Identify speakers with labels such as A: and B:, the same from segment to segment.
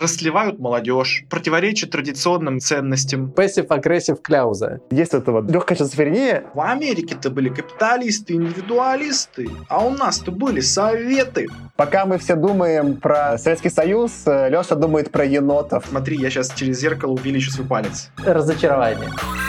A: расслевают молодежь, противоречат традиционным ценностям.
B: Пассив-агрессив кляуза.
C: Есть это вот легкая шизофрения.
A: В Америке-то были капиталисты, индивидуалисты, а у нас-то были советы.
C: Пока мы все думаем про Советский Союз, Леша думает про енотов.
A: Смотри, я сейчас через зеркало увеличу свой палец.
B: Разочарование.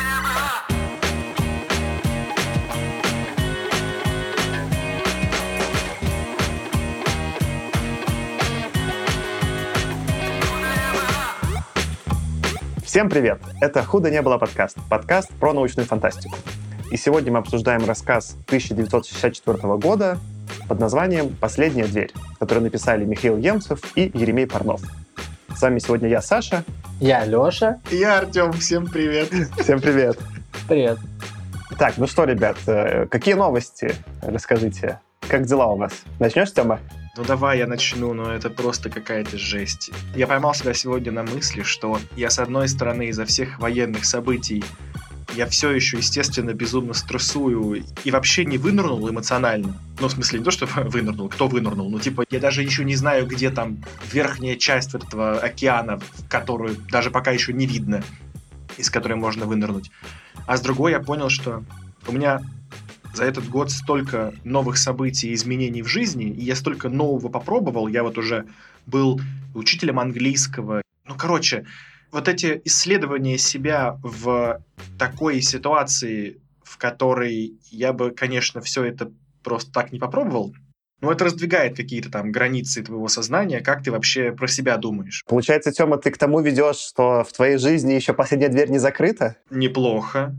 C: Всем привет! Это «Худо не было» подкаст. Подкаст про научную фантастику. И сегодня мы обсуждаем рассказ 1964 года под названием «Последняя дверь», который написали Михаил Емцев и Еремей Парнов. С вами сегодня я, Саша.
B: Я, Леша.
A: И я, Артем. Всем привет.
C: Всем привет.
B: Привет.
C: Так, ну что, ребят, какие новости? Расскажите. Как дела у вас? Начнешь, Тёма?
A: Ну давай я начну, но это просто какая-то жесть. Я поймал себя сегодня на мысли, что я, с одной стороны, из-за всех военных событий я все еще, естественно, безумно стрессую и вообще не вынырнул эмоционально. Ну, в смысле, не то, что вынырнул, кто вынырнул, ну, типа, я даже еще не знаю, где там верхняя часть вот этого океана, которую даже пока еще не видно, из которой можно вынырнуть. А с другой я понял, что у меня за этот год столько новых событий и изменений в жизни, и я столько нового попробовал. Я вот уже был учителем английского. Ну, короче, вот эти исследования себя в такой ситуации, в которой я бы, конечно, все это просто так не попробовал, но это раздвигает какие-то там границы твоего сознания, как ты вообще про себя думаешь.
C: Получается, Тёма, ты к тому ведешь, что в твоей жизни еще последняя дверь не закрыта?
A: Неплохо,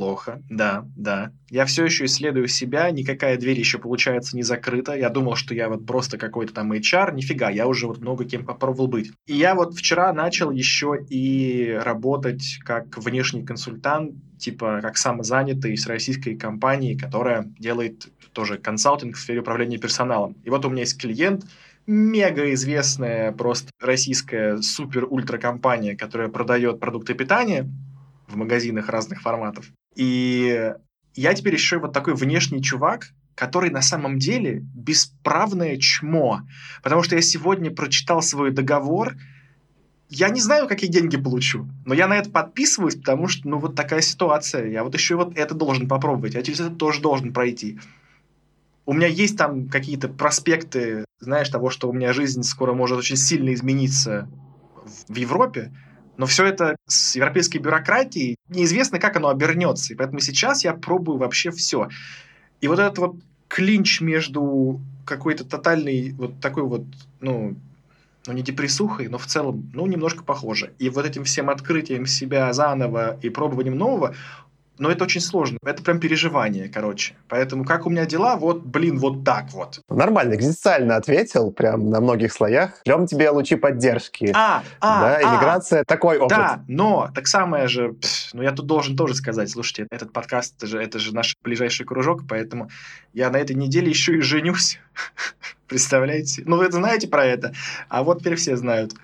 A: да. Я все еще исследую себя, никакая дверь еще, получается, не закрыта. Я думал, что я вот просто какой-то там HR, нифига, я уже вот много кем попробовал быть. И я вот вчера начал еще и работать как внешний консультант, типа как самозанятый с российской компанией, которая делает тоже консалтинг в сфере управления персоналом. И вот у меня есть клиент, мега известная просто российская супер-ультра компания, которая продает продукты питания в магазинах разных форматов. И я теперь еще вот такой внешний чувак, который на самом деле бесправное чмо. Потому что я сегодня прочитал свой договор. Я не знаю, какие деньги получу, но я на это подписываюсь, потому что, ну, вот такая ситуация. Я вот еще вот это должен попробовать, я через это тоже должен пройти. У меня есть там какие-то проспекты, знаешь, того, что у меня жизнь скоро может очень сильно измениться в Европе, но все это с европейской бюрократией неизвестно, как оно обернется. И поэтому сейчас я пробую вообще все. И вот этот вот клинч между какой-то тотальной вот такой вот, ну, не депрессухой, но в целом, ну, немножко похоже. И вот этим всем открытием себя заново и пробованием нового, но это очень сложно. Это прям переживание, короче. Поэтому как у меня дела? Вот, блин, вот так вот.
C: Нормально, экзистенциально ответил, прям на многих слоях. Ждем тебе лучи поддержки. Иммиграция такой опыт.
A: Да, но так самое же, я тут должен тоже сказать, слушайте, этот подкаст, это же наш ближайший кружок, поэтому я на этой неделе еще и женюсь. Представляете? Ну, вы знаете про это, а вот теперь все знают.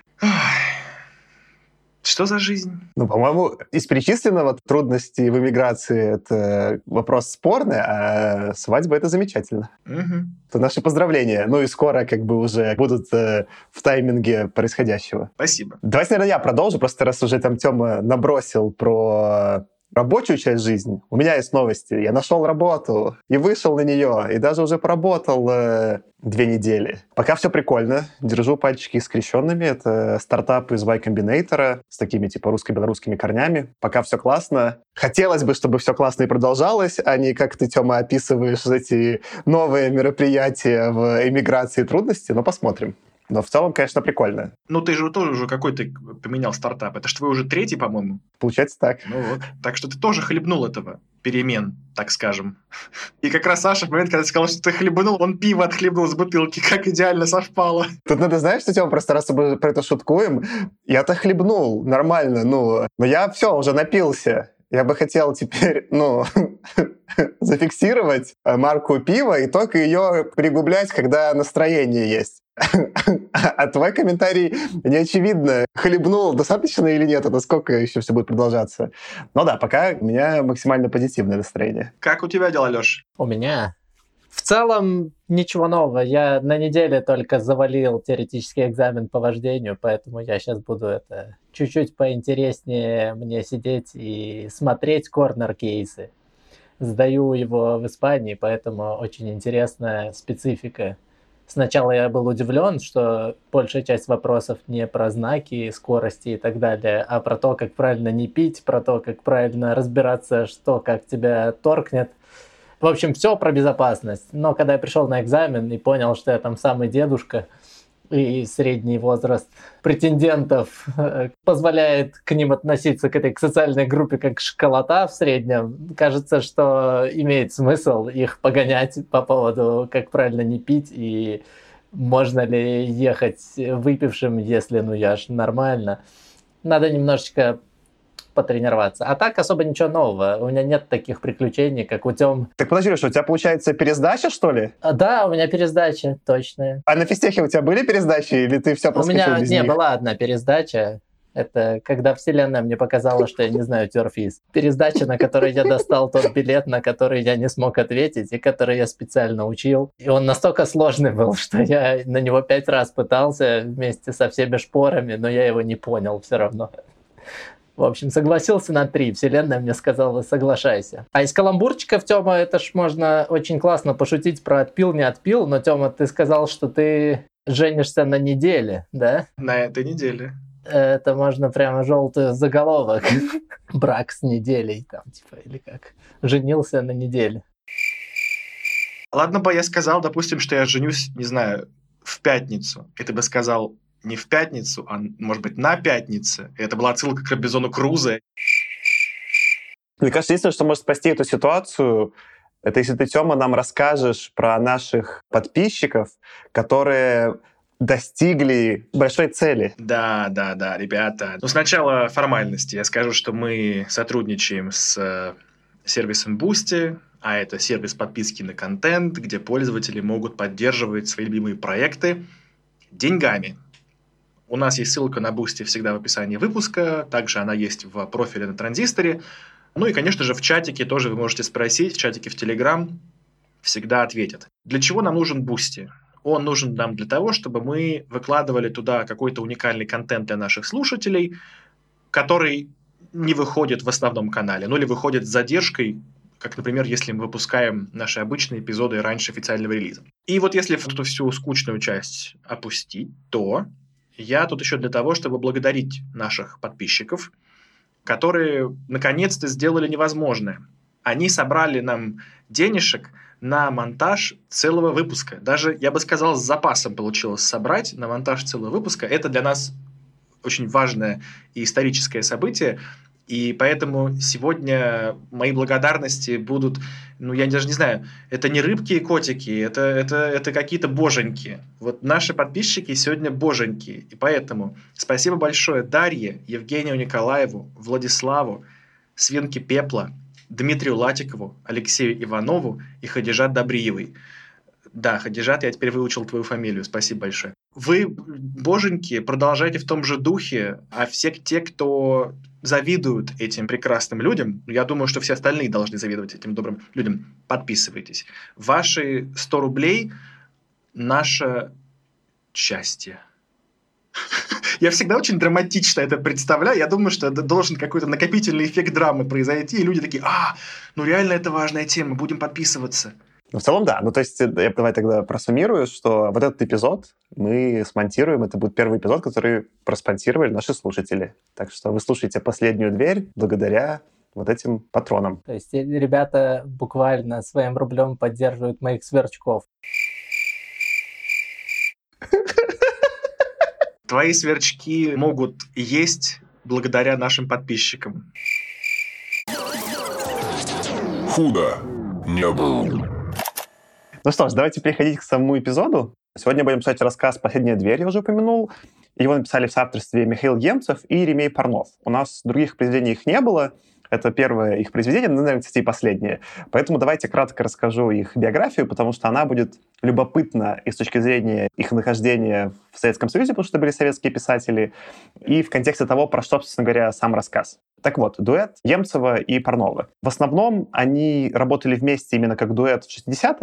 A: Что за жизнь?
C: Ну, по-моему, из перечисленного трудностей в эмиграции это вопрос спорный, а свадьба — это замечательно.
A: Угу.
C: Это наши поздравления. Ну и скоро как бы уже будут в тайминге происходящего.
A: Спасибо.
C: Давайте, наверное, я продолжу, просто раз уже там Тёма набросил про рабочую часть жизни. У меня есть новости. Я нашел работу и вышел на нее, и даже уже поработал 2 недели. Пока все прикольно. Держу пальчики скрещенными. Это стартап из Y Combinator с такими типа русско-белорусскими корнями. Пока все классно. Хотелось бы, чтобы все классно и продолжалось, а не как ты, Тёма, описываешь эти новые мероприятия в эмиграции и трудности. Но посмотрим. Но в целом, конечно, прикольно.
A: Ну, ты же тоже уже какой-то поменял стартап. Это ж твой уже 3-й, по-моему.
C: Получается так.
A: Ну вот. Так что ты тоже хлебнул этого перемен, так скажем. И как раз Саша в момент, когда ты сказал, что ты хлебнул, он пиво отхлебнул с бутылки. Как идеально совпало.
C: Тут надо, знаешь, что, Тёма, просто раз мы про это шуткуем, я-то хлебнул нормально, но я все, уже напился. Я бы хотел теперь, зафиксировать марку пива и только ее пригублять, когда настроение есть. А твой комментарий не очевидно. Хлебнул достаточно или нет? А насколько еще все будет продолжаться? Ну да, пока у меня максимально позитивное настроение.
A: Как у тебя дела, Леш?
B: У меня В целом, ничего нового. Я на неделе только завалил теоретический экзамен по вождению, поэтому я сейчас буду это чуть-чуть поинтереснее мне сидеть и смотреть корнер-кейсы. Сдаю его в Испании, поэтому очень интересная специфика. Сначала я был удивлен, что большая часть вопросов не про знаки, скорости и так далее, а про то, как правильно не пить, про то, как правильно разбираться, что как тебя торкнет. В общем, все про безопасность. Но когда я пришел на экзамен и понял, что я там самый дедушка, и средний возраст претендентов позволяет к ним относиться, к этой социальной группе, как школота в среднем, кажется, что имеет смысл их погонять по поводу, как правильно не пить, и можно ли ехать выпившим, если, я ж нормально. Надо немножечко потренироваться. А так особо ничего нового. У меня нет таких приключений, как у Тём.
C: Так подожди, что у тебя получается пересдача, что ли?
B: Да, у меня пересдача, точно.
C: А на физтехе у тебя были пересдачи, или ты все
B: У
C: проскочил
B: меня
C: без них?
B: была одна пересдача. Это когда вселенная мне показала, что я не знаю тёрфиз. Пересдача, на которой я достал тот билет, на который я не смог ответить, и который я специально учил. И он настолько сложный был, что я на него 5 раз пытался вместе со всеми шпорами, но я его не понял все равно. В общем, согласился на 3. Вселенная мне сказала, соглашайся. А из каламбурчиков, Тёма, это ж можно очень классно пошутить про отпил, не отпил. Но, Тёма, ты сказал, что ты женишься на неделе, да?
A: На этой неделе.
B: Это можно прямо желтый заголовок. Брак с неделей, там, типа, или как. Женился на неделе.
A: Ладно бы я сказал, допустим, что я женюсь, не знаю, в пятницу. И ты бы сказал... не в пятницу, а, может быть, на пятнице. И это была отсылка к Робинзону Крузо.
C: Мне кажется, единственное, что может спасти эту ситуацию, это если ты, Тёма, нам расскажешь про наших подписчиков, которые достигли большой цели.
A: Да, ребята. Ну, сначала формальности. Я скажу, что мы сотрудничаем с сервисом Boosty, а это сервис подписки на контент, где пользователи могут поддерживать свои любимые проекты деньгами. У нас есть ссылка на Boosty всегда в описании выпуска, также она есть в профиле на Транзисторе. Ну и, конечно же, в чатике тоже вы можете спросить, в чатике в Telegram всегда ответят. Для чего нам нужен Boosty? Он нужен нам для того, чтобы мы выкладывали туда какой-то уникальный контент для наших слушателей, который не выходит в основном канале, ну или выходит с задержкой, как, например, если мы выпускаем наши обычные эпизоды раньше официального релиза. И вот если эту всю скучную часть опустить, то я тут еще для того, чтобы благодарить наших подписчиков, которые наконец-то сделали невозможное. Они собрали нам денежек на монтаж целого выпуска. Даже, я бы сказал, с запасом получилось собрать на монтаж целого выпуска. Это для нас очень важное и историческое событие. И поэтому сегодня мои благодарности будут, я даже не знаю, это не рыбки и котики, это какие-то боженьки. Вот наши подписчики сегодня боженьки. И поэтому спасибо большое Дарье, Евгению Николаеву, Владиславу, Свинке Пепла, Дмитрию Латикову, Алексею Иванову и Хадижат Добриевой. Да, Хадижат, я теперь выучил твою фамилию, спасибо большое. Вы, боженьки, продолжайте в том же духе, а все те, кто завидуют этим прекрасным людям, я думаю, что все остальные должны завидовать этим добрым людям, подписывайтесь. Ваши 100 рублей – наше счастье. Я всегда очень драматично это представляю. Я думаю, что должен какой-то накопительный эффект драмы произойти, и люди такие, реально это важная тема, будем подписываться.
C: Ну, в целом, да. То есть я давай тогда просуммирую, что вот этот эпизод мы смонтируем. Это будет первый эпизод, который проспонсировали наши слушатели. Так что вы слушаете «Последнюю дверь» благодаря вот этим патронам.
B: То есть ребята буквально своим рублем поддерживают моих сверчков.
A: Твои сверчки могут есть благодаря нашим подписчикам.
D: Худо не было.
C: Ну что ж, давайте переходить к самому эпизоду. Сегодня будем читать рассказ «Последняя дверь», я уже упомянул. Его написали в соавторстве Михаил Емцев и Ремей Парнов. У нас других произведений их не было. Это первое их произведение, наверное, кстати, и последнее. Поэтому давайте кратко расскажу их биографию, потому что она будет любопытна и с точки зрения их нахождения в Советском Союзе, потому что это были советские писатели, и в контексте того, про что, собственно говоря, сам рассказ. Так вот, дуэт Емцева и Парнова. В основном они работали вместе именно как дуэт в 60-е,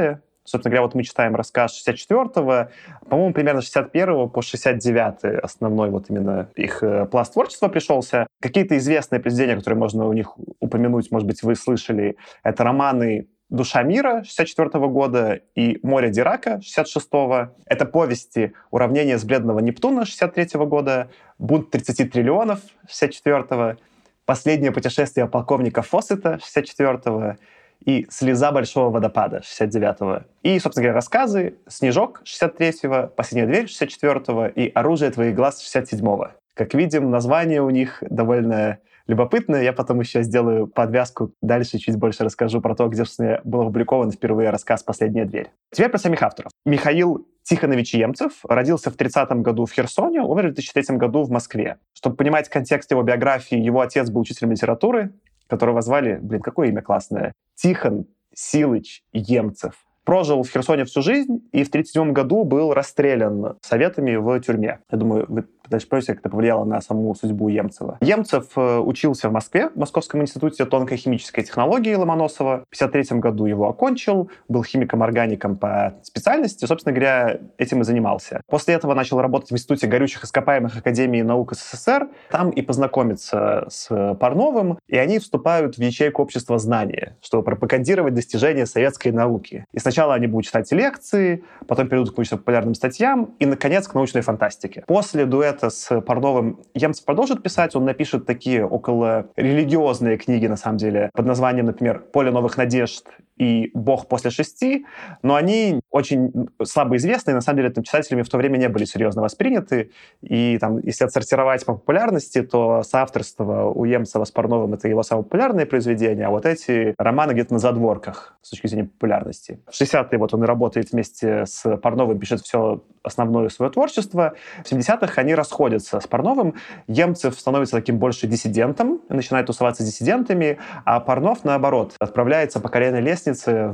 C: Собственно говоря, вот мы читаем рассказ 64-го, по-моему, примерно 61-го по 69-й основной вот именно их пласт творчества пришелся. Какие-то известные произведения, которые можно у них упомянуть, может быть, вы слышали, это романы «Душа мира» 64 года и «Море Дирака» 66-го. Это повести «Уравнение с бледного Нептуна» 63 года, «Бунт 30 триллионов» 64-го, «Последнее путешествие полковника Фоссета» 64-го и «Слеза большого водопада» 69-го. И, собственно говоря, рассказы «Снежок» 63-го, «Последняя дверь» 64-го и «Оружие твоих глаз» 67-го. Как видим, название у них довольно любопытное. Я потом еще сделаю подвязку. Дальше чуть больше расскажу про то, где, собственно, был опубликован впервые рассказ «Последняя дверь». Теперь про самих авторов. Михаил Тихонович Емцев родился в 30-м году в Херсоне, умер в 2003 году в Москве. Чтобы понимать контекст его биографии, его отец был учителем литературы, которого звали, какое имя классное, Тихон Силыч Емцев. Прожил в Херсоне всю жизнь и в 1937 году был расстрелян советами в тюрьме. Я думаю, вы дальше поймете, как это повлияло на саму судьбу Емцева. Емцев учился в Москве, в Московском институте тонкохимической технологии Ломоносова. В 1953 году его окончил, был химиком-органиком по специальности, собственно говоря, этим и занимался. После этого начал работать в Институте горючих ископаемых Академии наук СССР. Там и познакомиться с Парновым, и они вступают в ячейку общества знания, чтобы пропагандировать достижения советской науки. И сначала они будут читать лекции, потом перейдут к научно-популярным статьям и, наконец, к научной фантастике. После дуэта с Парновым Емцев продолжит писать, он напишет такие около религиозные книги, на самом деле, под названием, например, «Поле новых надежд» и «Бог после 6», но они очень слабо известны, и на самом деле там, читателями в то время не были серьезно восприняты. И там, если отсортировать по популярности, то соавторство у Емцева с Парновым — это его самое популярное произведение, а вот эти романы где-то на задворках с точки зрения популярности. В 60-е вот он и работает вместе с Парновым, пишет все основное свое творчество. В 70-х они расходятся с Парновым. Емцев становится таким больше диссидентом, начинает тусоваться с диссидентами, а Парнов, наоборот, отправляется по карьерной лестнице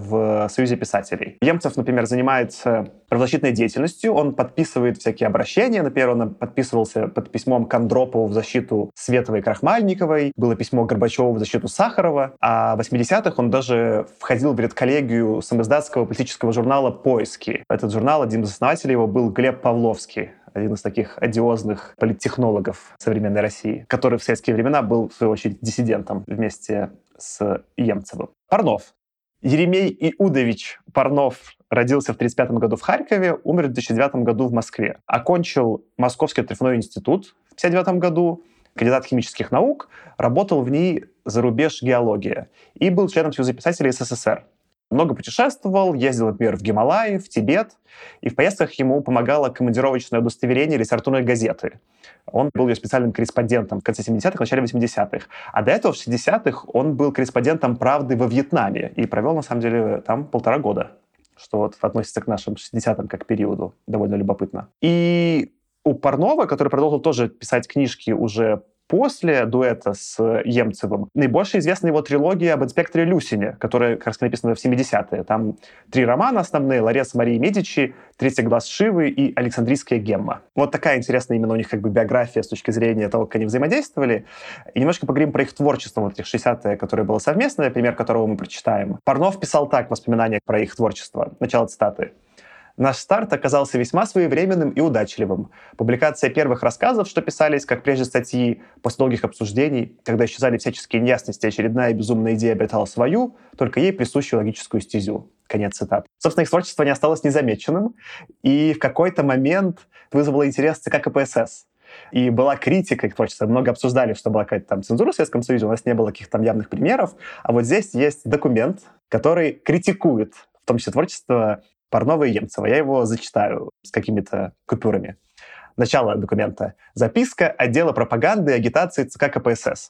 C: в Союзе писателей. Емцев, например, занимается правозащитной деятельностью, он подписывает всякие обращения. Например, он подписывался под письмом к Андропову в защиту Световой и Крахмальниковой, было письмо Горбачеву в защиту Сахарова, а в 80-х он даже входил в редколлегию самоиздатского политического журнала «Поиски». Этот журнал, один из основателей его был Глеб Павловский, один из таких одиозных политтехнологов современной России, который в советские времена был, в свою очередь, диссидентом вместе с Емцевым. Парнов. Еремей Иудович Парнов родился в 1935 году в Харькове, умер в 2009 году в Москве. Окончил Московский отрывной институт в 1959 году, кандидат химических наук, работал в ней за рубеж геология и был членом Союза писателей СССР. Много путешествовал, ездил, например, в Гималаи, в Тибет, и в поездках ему помогало командировочное удостоверение литературной газеты. Он был ее специальным корреспондентом в конце 70-х, начале 80-х. А до этого, в 60-х, он был корреспондентом «Правды» во Вьетнаме и провел, на самом деле, там 1,5 года, что вот относится к нашим 60-м как периоду. Довольно любопытно. И у Парнова, который продолжил тоже писать книжки уже после дуэта с Емцевым, наибольше известна его трилогия об инспекторе Люсине, которая как раз написана в 70-е. Там 3 романа основные: «Ларец Марии Медичи», «Третий глаз Шивы» и «Александрийская Гемма». Вот такая интересная именно у них биография с точки зрения того, как они взаимодействовали. И немножко поговорим про их творчество, вот этих 60-е, которое было совместное, пример которого мы прочитаем. Парнов писал так в воспоминаниях про их творчество. Начало цитаты. «Наш старт оказался весьма своевременным и удачливым. Публикация первых рассказов, что писались, как прежде статьи, после долгих обсуждений, когда исчезали всяческие неясности, очередная безумная идея обретала свою, только ей присущую логическую стезю». Конец цитаты. Собственно, их творчество не осталось незамеченным, и в какой-то момент вызвало интерес ЦК КПСС. И была критика их творчества. Много обсуждали, что была какая-то там цензура в Советском Союзе, у нас не было каких-то там явных примеров. А вот здесь есть документ, который критикует, в том числе, творчество Парнова и Емцева. Я его зачитаю с какими-то купюрами. Начало документа. Записка отдела пропаганды и агитации ЦК КПСС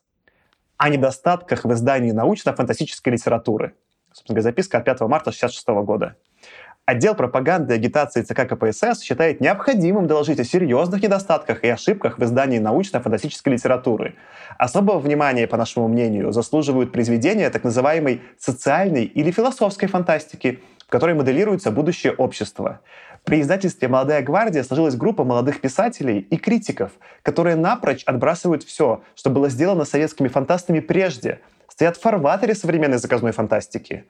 C: о недостатках в издании научно-фантастической литературы. Собственно говоря, записка от 5 марта 1966 года. Отдел пропаганды и агитации ЦК КПСС считает необходимым доложить о серьезных недостатках и ошибках в издании научно-фантастической литературы. Особого внимания, по нашему мнению, заслуживают произведения так называемой социальной или философской фантастики, в которой моделируется будущее общества. При издательстве «Молодая гвардия» сложилась группа молодых писателей и критиков, которые напрочь отбрасывают все, что было сделано советскими фантастами прежде, стоят в фарватере современной заказной фантастики.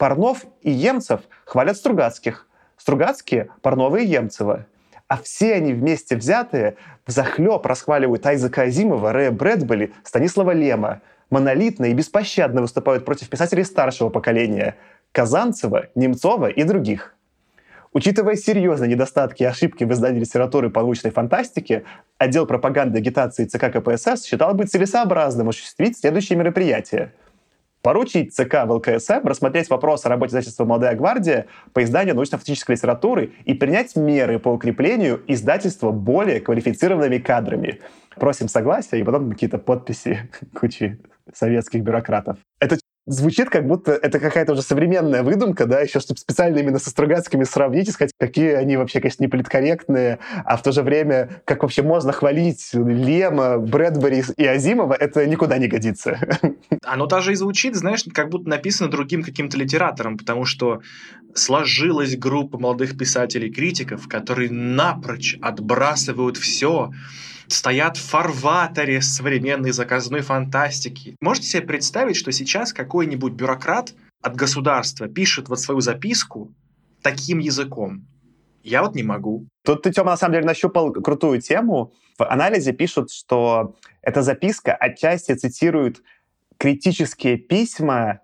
C: Парнов и Емцев хвалят Стругацких, Стругацкие — Парнова и Емцева. А все они вместе взятые взахлеб расхваливают Айзека Азимова, Рэя Брэдбери, Станислава Лема. Монолитно и беспощадно выступают против писателей старшего поколения — Казанцева, Немцова и других. Учитывая серьезные недостатки и ошибки в издании литературы по научной фантастике, отдел пропаганды и агитации ЦК КПСС считал бы целесообразным осуществить следующие мероприятия. Поручить ЦК ВЛКСМ рассмотреть вопрос о работе издательства «Молодая гвардия» по изданию научно-фантастической литературы и принять меры по укреплению издательства более квалифицированными кадрами. Просим согласия, и потом какие-то подписи кучи советских бюрократов. Это звучит, как будто это какая-то уже современная выдумка, да, еще чтобы специально именно со Стругацкими сравнить и сказать, какие они вообще, конечно, не политкорректные, а в то же время, как вообще можно хвалить Лема, Брэдбери и Азимова, это никуда не годится.
A: Оно даже и звучит, знаешь, как будто написано другим каким-то литератором, потому что сложилась группа молодых писателей-критиков, которые напрочь отбрасывают все, стоят в фарватере современной заказной фантастики. Можете себе представить, что сейчас какой-нибудь бюрократ от государства пишет вот свою записку таким языком? Я вот не могу.
C: Тут ты, Тёма, на самом деле нащупал крутую тему. В анализе пишут, что эта записка отчасти цитирует критические письма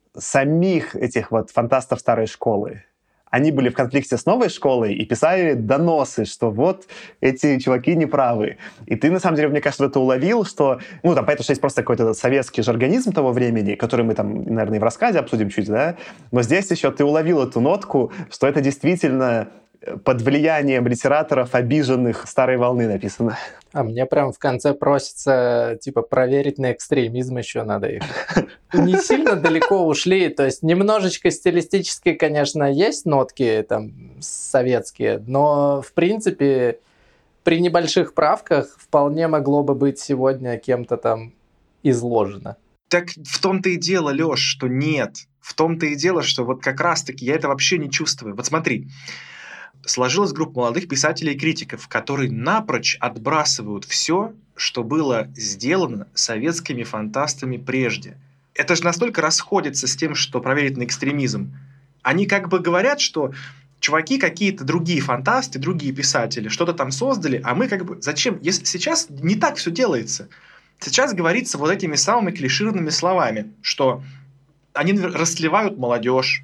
C: самих этих вот фантастов старой школы. Они были в конфликте с новой школой и писали доносы, что вот эти чуваки неправы. И ты, на самом деле, мне кажется, это уловил, что... Ну, там, понятно, что есть просто какой-то советский жаргонизм того времени, который мы там, наверное, и в рассказе обсудим чуть, да? Но здесь еще ты уловил эту нотку, что это действительно под влиянием литераторов, обиженных старой волны написано.
B: А мне прям в конце просится, типа, проверить на экстремизм еще надо их. Не сильно далеко ушли, то есть немножечко стилистически, конечно, есть нотки там советские, но, в принципе, при небольших правках вполне могло бы быть сегодня кем-то там изложено.
A: Так в том-то и дело, Лёш, что нет. В том-то и дело, что вот как раз-таки я это вообще не чувствую. Вот смотри, сложилась группа молодых писателей и критиков, которые напрочь отбрасывают все, что было сделано советскими фантастами прежде. Это же настолько расходится с тем, что проверить на экстремизм. Они как бы говорят, что чуваки какие-то другие фантасты, другие писатели что-то там создали, а мы как бы... Зачем? Если сейчас не так все делается. Сейчас говорится вот этими самыми клишированными словами, что они растлевают молодежь,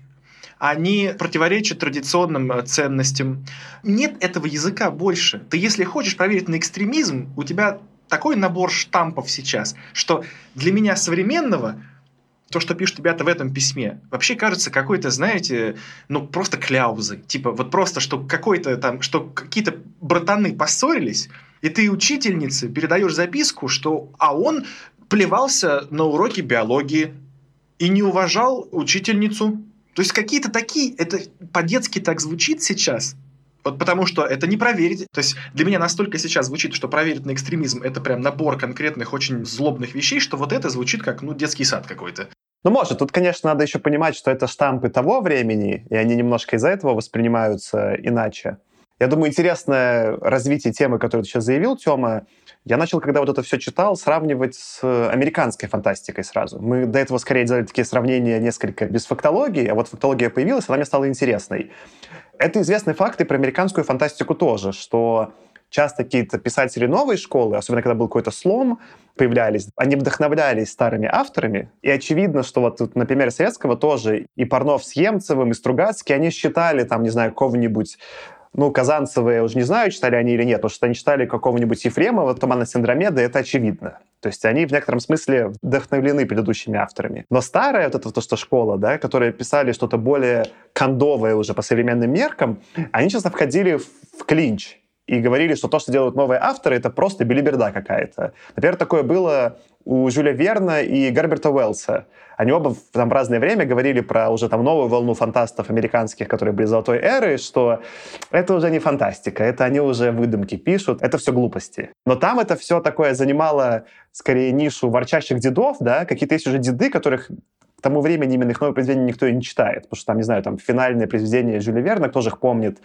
A: они противоречат традиционным ценностям. Нет этого языка больше. Ты, если хочешь проверить на экстремизм, у тебя такой набор штампов сейчас, что для меня современного, то, что пишут ребята в этом письме, вообще кажется какой-то, знаете, ну просто кляузой. Типа вот просто, что какой-то там, что какие-то братаны поссорились, и ты учительнице передаешь записку, что он плевался на уроке биологии и не уважал учительницу. То есть какие-то такие, это по-детски так звучит сейчас, вот потому что это не проверить. То есть для меня настолько сейчас звучит, что проверить на экстремизм — это прям набор конкретных очень злобных вещей, что вот это звучит как, детский сад какой-то.
C: Ну, может. Тут, конечно, надо еще понимать, что это штампы того времени, и они немножко из-за этого воспринимаются иначе. Я думаю, интересное развитие темы, которую ты сейчас заявил, Тёма, я начал, когда вот это все читал, сравнивать с американской фантастикой сразу. Мы до этого скорее делали такие сравнения несколько без фактологии, а вот фактология появилась, она мне стала интересной. Это известный факт и про американскую фантастику тоже, что часто какие-то писатели новой школы, особенно когда был какой-то слом, появлялись, они вдохновлялись старыми авторами. И очевидно, что вот на примере советского тоже и Парнов с Емцевым, и Стругацкий, они считали, там, не знаю, какого-нибудь... Казанцевы, я уже не знаю, читали они или нет, потому что они читали какого-нибудь Ефремова «Туманность Андромеды», это очевидно. То есть они в некотором смысле вдохновлены предыдущими авторами. Но старая вот эта то, что школа, да, которые писали что-то более кондовое уже по современным меркам, они часто входили в клинч и говорили, что то, что делают новые авторы, это просто белиберда какая-то. Например, такое было у Жюля Верна и Герберта Уэллса. Они оба в разное время говорили про уже там новую волну фантастов американских, которые были золотой эры, что это уже не фантастика, это они уже выдумки пишут, это все глупости. Но там это все такое занимало скорее нишу ворчащих дедов, да, какие-то есть уже деды, которых к тому времени именно их новые произведения никто и не читает, потому что там, не знаю, там финальное произведение Жюля Верна, кто же их помнит,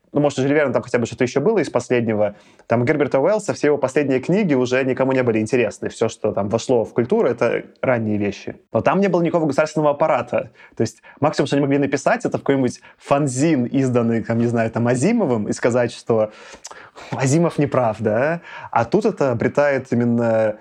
C: ну, может, у Жюля Верна там хотя бы что-то еще было из последнего. Там Герберта Уэллса все его последние книги уже никому не были интересны. Все, что там вошло в культуру, это ранние вещи. Но там не было никакого государственного аппарата. То есть максимум, что они могли написать, это в какой-нибудь фанзин, изданный, там, не знаю, там, Азимовым, и сказать, что Азимов не прав, да? А тут это обретает именно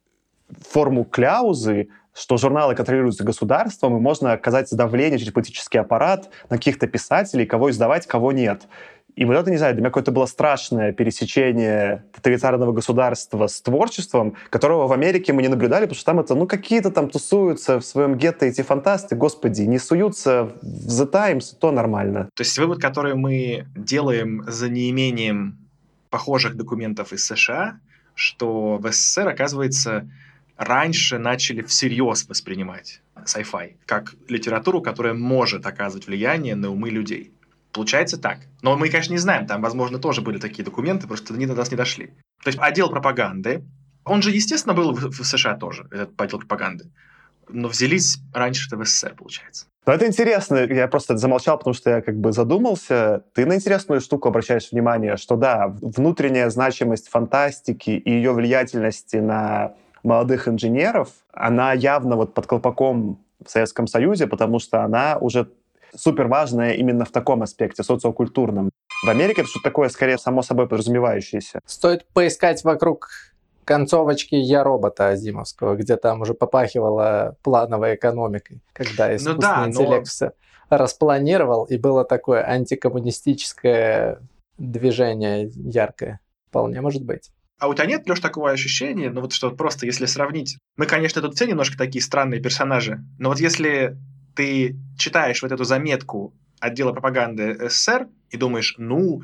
C: форму кляузы, что журналы контролируются государством, и можно оказать давление через политический аппарат на каких-то писателей, кого издавать, кого нет. И вот это, не знаю, для меня какое-то было страшное пересечение тоталитарного государства с творчеством, которого в Америке мы не наблюдали, потому что там это, ну, какие-то там тусуются в своем гетто эти фантасты, господи, не суются в The Times, то нормально.
A: То есть вывод, который мы делаем за неимением похожих документов из США, что в СССР, оказывается, раньше начали всерьез воспринимать sci-fi как литературу, которая может оказывать влияние на умы людей. Получается так. Но мы, конечно, не знаем, там, возможно, тоже были такие документы, просто они до нас не дошли. То есть отдел пропаганды, он же, естественно, был в США тоже, этот отдел пропаганды, но взялись раньше-то в СССР, получается.
C: Но это интересно, я просто замолчал, потому что я как бы задумался. Ты на интересную штуку обращаешь внимание, что да, внутренняя значимость фантастики и ее влиятельности на молодых инженеров, она явно вот под колпаком в Советском Союзе, потому что она уже супер важная именно в таком аспекте, социокультурном. В Америке это что-то такое, скорее, само собой подразумевающееся.
B: Стоит поискать вокруг концовочки «Я робота» Азимовского, где там уже попахивало плановой экономикой, когда искусственный интеллект все распланировал, и было такое антикоммунистическое движение яркое. Вполне может быть.
A: А у тебя нет, Леш, такого ощущения, ну вот что просто если сравнить... Мы, конечно, тут все немножко такие странные персонажи, но вот если ты читаешь вот эту заметку отдела пропаганды СССР и думаешь, ну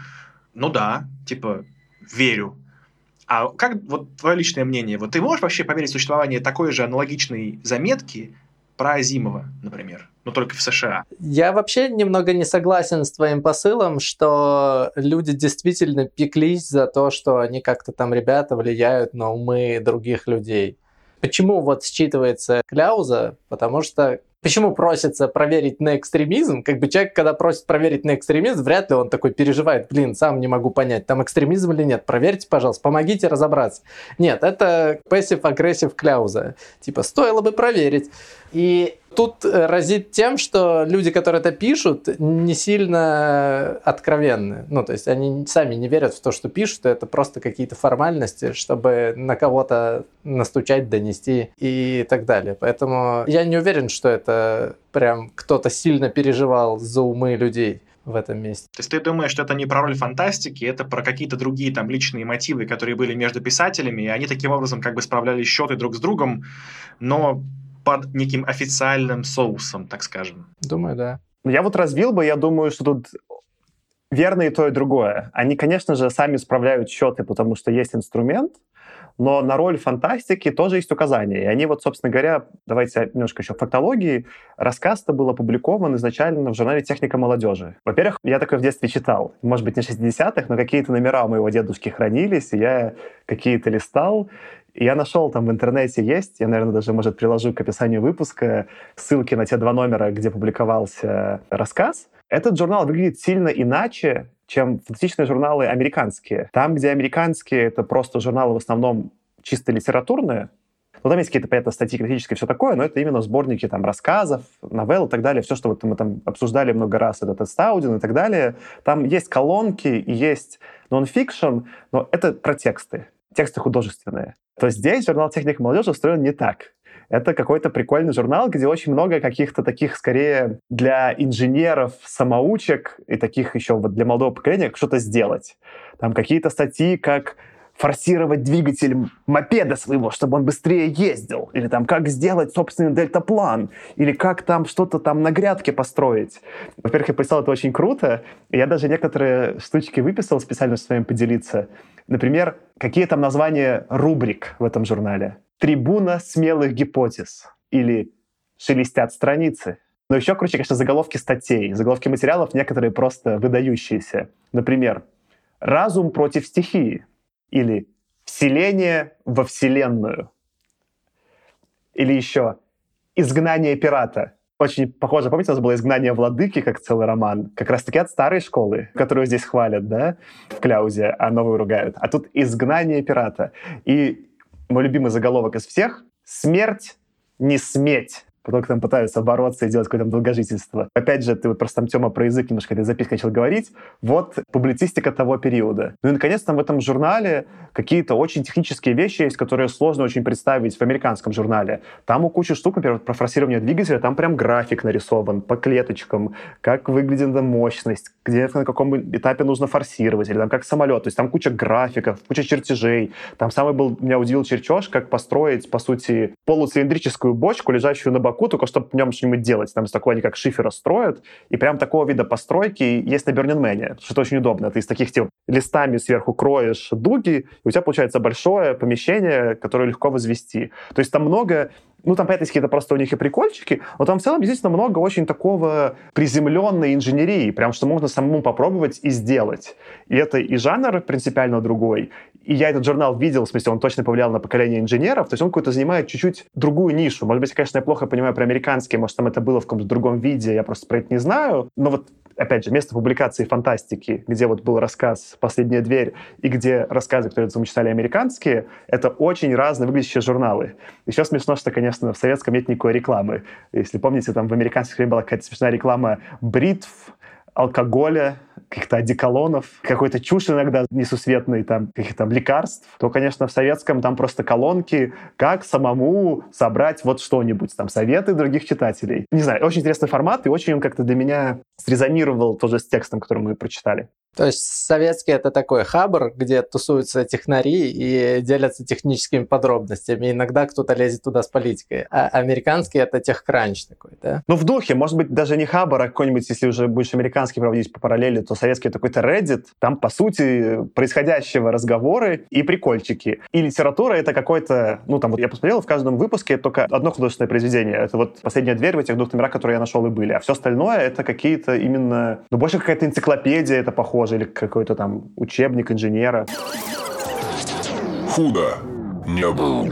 A: да, типа, верю. А как вот твое личное мнение? Вот ты можешь вообще поверить в существование такой же аналогичной заметки про Азимова, например, но только в США?
B: Я вообще немного не согласен с твоим посылом, что люди действительно пеклись за то, что они как-то там, ребята, влияют на умы других людей. Почему вот считывается кляуза? Потому что почему просится проверить на экстремизм? Как бы человек, когда просит проверить на экстремизм, вряд ли он такой переживает, сам не могу понять, там экстремизм или нет. Проверьте, пожалуйста, помогите разобраться. Нет, это passive-aggressive кляуза. Типа, стоило бы проверить. И тут разит тем, что люди, которые это пишут, не сильно откровенны. Ну, то есть они сами не верят в то, что пишут, это просто какие-то формальности, чтобы на кого-то настучать, донести и так далее. Поэтому я не уверен, что это прям кто-то сильно переживал за умы людей в этом месте.
A: То есть ты думаешь, что это не про роль фантастики, это про какие-то другие там личные мотивы, которые были между писателями, и они таким образом как бы справляли счеты друг с другом, но под неким официальным соусом, так скажем.
B: Думаю, да.
C: Я вот развил бы, я думаю, что тут верно и то, и другое. Они, конечно же, сами справляют счеты, потому что есть инструмент, но на роль фантастики тоже есть указания. И они вот, собственно говоря, давайте немножко еще фактологии. Рассказ-то был опубликован изначально в журнале «Техника молодежи». Во-первых, я такое в детстве читал. Может быть, не 60-х, но какие-то номера у моего дедушки хранились, и я какие-то листал. И я нашел, там в интернете есть, я, наверное, даже, может, приложу к описанию выпуска ссылки на те 2 номера, где публиковался рассказ. Этот журнал выглядит сильно иначе, чем фантастичные журналы американские. Там, где американские, это просто журналы в основном чисто литературные. Ну, там есть какие-то, понятно, статьи критические и все такое, но это именно сборники там рассказов, новелл и так далее. Все, что вот мы там обсуждали много раз, этот Стаудин и так далее. Там есть колонки и есть нон-фикшн, но это про тексты. Тексты художественные. То здесь журнал «Техника молодежи» устроен не так. Это какой-то прикольный журнал, где очень много каких-то таких, скорее, для инженеров, самоучек и таких еще вот для молодого поколения что-то сделать. Там какие-то статьи, как форсировать двигатель мопеда своего, чтобы он быстрее ездил. Или там как сделать собственный дельтаплан. Или как там что-то там на грядке построить. Во-первых, я представил, это очень круто. И я даже некоторые штучки выписал специально, чтобы с вами поделиться. Например, какие там названия рубрик в этом журнале. «Трибуна смелых гипотез» или «Шелестят страницы». Но еще круче, конечно, заголовки статей. Заголовки материалов некоторые просто выдающиеся. Например, «Разум против стихии» или «Вселение во Вселенную». Или еще «Изгнание пирата». Очень похоже, помните, у нас было «Изгнание владыки», как целый роман, как раз-таки от старой школы, которую здесь хвалят, да, в кляузе, а новую ругают. А тут «Изгнание пирата». И мой любимый заголовок из всех — «Смерть не сметь». Потом там пытаются бороться и делать какое-то долгожительство. Опять же, ты вот просто там, Тёма, про язык немножко этой записки начал говорить. Вот публицистика того периода. Ну и, наконец, там в этом журнале какие-то очень технические вещи есть, которые сложно очень представить в американском журнале. Там у кучи штук, например, про форсирование двигателя, там прям график нарисован по клеточкам, как выглядит мощность, где на каком этапе нужно форсировать, или там как самолет. То есть там куча графиков, куча чертежей. Там меня удивил чертеж, как построить, по сути, полуцилиндрическую бочку, лежащую на боку, только чтобы в нем что-нибудь делать. Там из такого они как шифера строят, и прям такого вида постройки есть на Burning Man, что очень удобно. Ты из таких листами сверху кроешь дуги, и у тебя получается большое помещение, которое легко возвести. То есть там много... Ну, там, понятно, есть какие-то просто у них и прикольчики, но там в целом действительно много очень такого приземленной инженерии, прям что можно самому попробовать и сделать. И это и жанр принципиально другой. И я этот журнал видел, в смысле, он точно повлиял на поколение инженеров, то есть он какой-то занимает чуть-чуть другую нишу. Может быть, конечно, я плохо понимаю про американские, может, там это было в каком-то другом виде, я просто про это не знаю. Но вот, опять же, место публикации фантастики, где вот был рассказ «Последняя дверь» и где рассказы, которые мы читали американские, это очень разные выглядящие журналы. Еще смешно, что, конечно, в советском нет никакой рекламы. Если помните, там в американских время была какая-то смешная реклама бритв, алкоголя, каких-то одеколонов, какой-то чушь иногда несусветной, там, каких-то там лекарств, то, конечно, в советском там просто колонки, как самому собрать вот что-нибудь, там, советы других читателей. Не знаю, очень интересный формат, и очень он как-то для меня срезонировал тоже с текстом, который мы прочитали.
B: То есть советский — это такой хабр, где тусуются технари и делятся техническими подробностями. Иногда кто-то лезет туда с политикой. А американский — это техкранч такой, да?
C: Ну, в духе. Может быть, даже не хабр, а какой-нибудь, если уже будешь американский проводить по параллели, то советский — это какой-то Reddit. Там, по сути, происходящего разговоры и прикольчики. И литература — это какой-то... Ну, там вот я посмотрел, в каждом выпуске только одно художественное произведение. Это вот «Последняя дверь» в этих двух номерах, которые я нашел и были. А все остальное — это какие-то именно... Ну, больше какая-то энциклопедия, это похоже, или какой-то там учебник инженера.
D: Худо не было.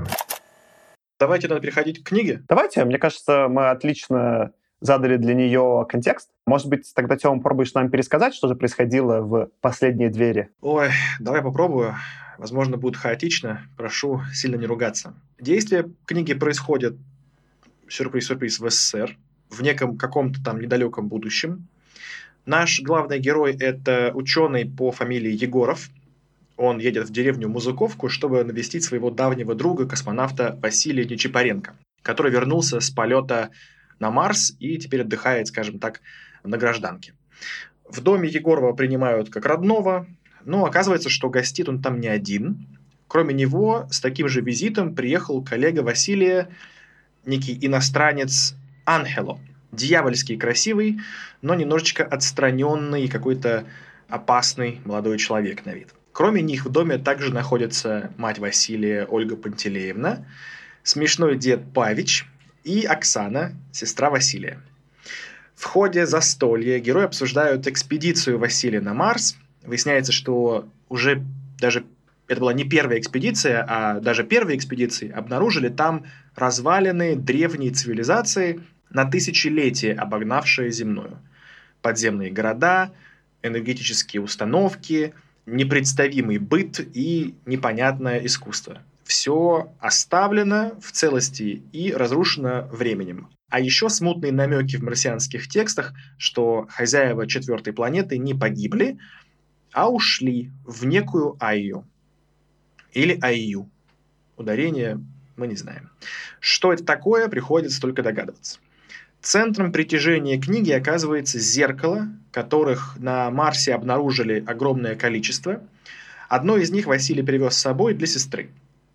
A: Давайте надо переходить к книге.
C: Давайте, мне кажется, мы отлично задали для нее контекст. Может быть, тогда, Тём, попробуешь нам пересказать, что же происходило в «Последней двери»?
A: Ой, давай попробую. Возможно, будет хаотично. Прошу сильно не ругаться. Действие книги происходит, сюрприз-сюрприз, в СССР, в неком каком-то там недалеком будущем. Наш главный герой — это ученый по фамилии Егоров. Он едет в деревню Музыковку, чтобы навестить своего давнего друга, космонавта Василия Нечипоренко, который вернулся с полета на Марс и теперь отдыхает, скажем так, на гражданке. В доме Егорова принимают как родного, но оказывается, что гостит он там не один. Кроме него, с таким же визитом приехал коллега Василия, некий иностранец Анхело. Дьявольский красивый, но немножечко отстраненный, какой-то опасный молодой человек на вид. Кроме них в доме также находится мать Василия, Ольга Пантелеевна, смешной дед Павич и Оксана, сестра Василия. В ходе застолья герои обсуждают экспедицию Василия на Марс. Выясняется, что уже даже это была не первая экспедиция, а даже первые экспедиции обнаружили там развалины древней цивилизации, на тысячелетия обогнавшие земную. Подземные города, энергетические установки, непредставимый быт и непонятное искусство. Все оставлено в целости и разрушено временем. А еще смутные намеки в марсианских текстах, что хозяева четвертой планеты не погибли, а ушли в некую Айю. Или Айю. Ударение мы не знаем. Что это такое, приходится только догадываться. Центром притяжения книги оказывается зеркало, которых на Марсе обнаружили огромное количество. Одно из них Василий привез с собой для сестры.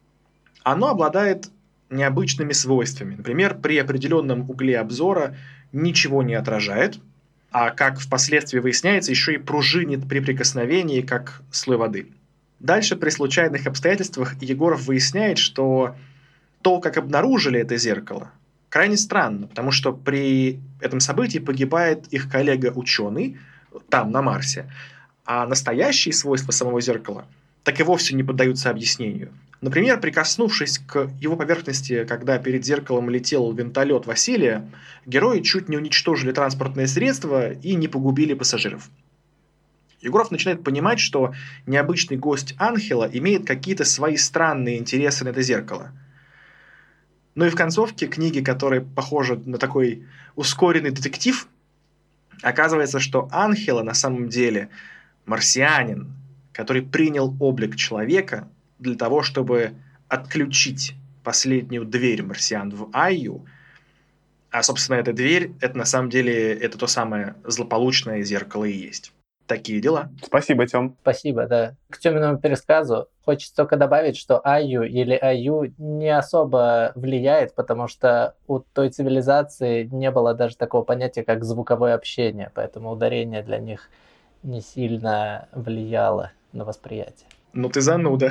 A: Оно обладает необычными свойствами. Например, при определенном угле обзора ничего не отражает, а, как впоследствии выясняется, еще и пружинит при прикосновении, как слой воды. Дальше, при случайных обстоятельствах, Егоров выясняет, что то, как обнаружили это зеркало, крайне странно, потому что при этом событии погибает их коллега-ученый там, на Марсе, а настоящие свойства самого зеркала так и вовсе не поддаются объяснению. Например, прикоснувшись к его поверхности, когда перед зеркалом летел винтолет Василия, герои чуть не уничтожили транспортное средство и не погубили пассажиров. Егоров начинает понимать, что необычный гость Анхела имеет какие-то свои странные интересы на это зеркало. Ну и в концовке книги, которая похожа на такой ускоренный детектив, оказывается, что Анхела на самом деле марсианин, который принял облик человека для того, чтобы отключить последнюю дверь марсиан в Айю. А, собственно, эта дверь, это на самом деле это то самое злополучное зеркало и есть. Такие дела.
C: Спасибо, Тём.
B: Спасибо, да. К Тёминому пересказу хочется только добавить, что Айю или Аю не особо влияет, потому что у той цивилизации не было даже такого понятия, как звуковое общение, поэтому ударение для них не сильно влияло на восприятие.
A: Ну ты зануда.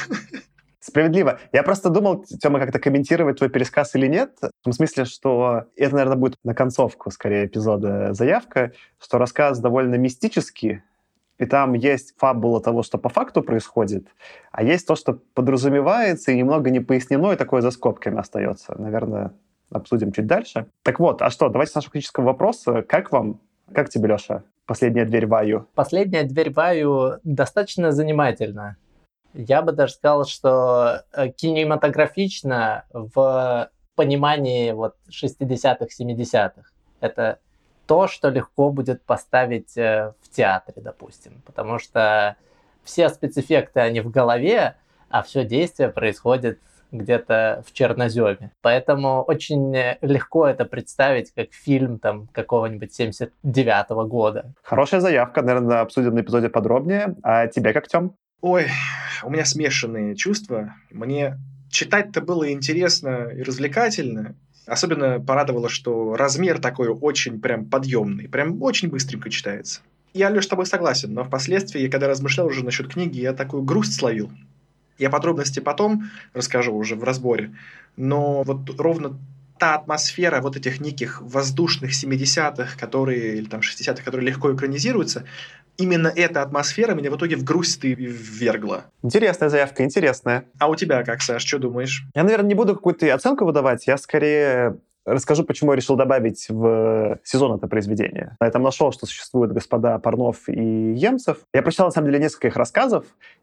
C: Справедливо. Я просто думал, Тёма, как-то комментировать твой пересказ или нет. В том смысле, что это, наверное, будет на концовку, скорее, эпизода заявка, что рассказ довольно мистический, и там есть фабула того, что по факту происходит, а есть то, что подразумевается и немного не пояснено, и такое за скобками остается. Наверное, обсудим чуть дальше. Так вот, а что, давайте с нашего критического вопроса. Как вам? Как тебе, Лёша? «Последняя дверь в Айю»?
B: «Последняя дверь в Айю» достаточно занимательна. Я бы даже сказал, что кинематографично в понимании 60-х, 70-х. Это то, что легко будет поставить в театре, допустим. Потому что все спецэффекты, они в голове, а все действие происходит где-то в черноземе. Поэтому очень легко это представить как фильм какого-нибудь 79-го года.
C: Хорошая заявка, наверное, обсудим на эпизоде подробнее. А тебе как, Тём?
A: Ой, у меня смешанные чувства. Мне читать-то было интересно и развлекательно. Особенно порадовало, что размер такой очень прям подъемный, прям очень быстренько читается. Я, Лёш, с тобой согласен, но впоследствии, когда размышлял уже насчет книги, я такую грусть словил. Я подробности потом расскажу уже в разборе, но вот ровно та атмосфера вот этих неких воздушных 70-х, которые, или там 60-х, которые легко экранизируются, именно эта атмосфера меня в итоге в грусть и ввергла.
C: Интересная заявка, интересная.
A: А у тебя как, Саш, что думаешь?
C: Я, наверное, не буду какую-то оценку выдавать, я скорее расскажу, почему я решил добавить в сезон это произведение. Я там нашел, что существуют господа Парнов и Емцев. Я прочитал, на самом деле, несколько их рассказов,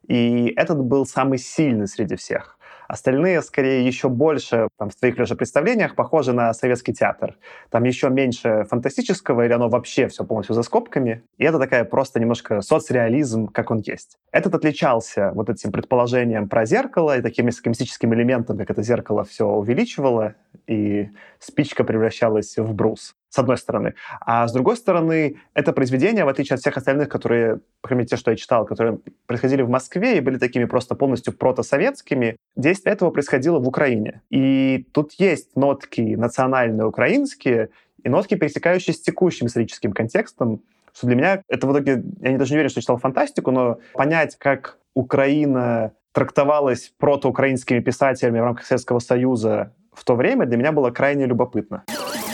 C: и этот был самый сильный среди всех. Остальные, скорее, еще больше, в твоих, Леша, представлениях, похожи на советский театр. Там еще меньше фантастического, или оно вообще все полностью за скобками. И это такая просто немножко соцреализм, как он есть. Этот отличался вот этим предположением про зеркало и таким несколько мистическим элементом, как это зеркало все увеличивало, и спичка превращалась в брус, с одной стороны. А с другой стороны, это произведение, в отличие от всех остальных, которые, по крайней мере, те, что я читал, которые происходили в Москве и были такими просто полностью протосоветскими, действие этого происходило в Украине. И тут есть нотки национальные украинские и нотки, пересекающиеся с текущим историческим контекстом, что для меня это в итоге, я даже не уверен, что читал фантастику, но понять, как Украина трактовалась протоукраинскими писателями в рамках Советского Союза в то время, для меня было крайне любопытно.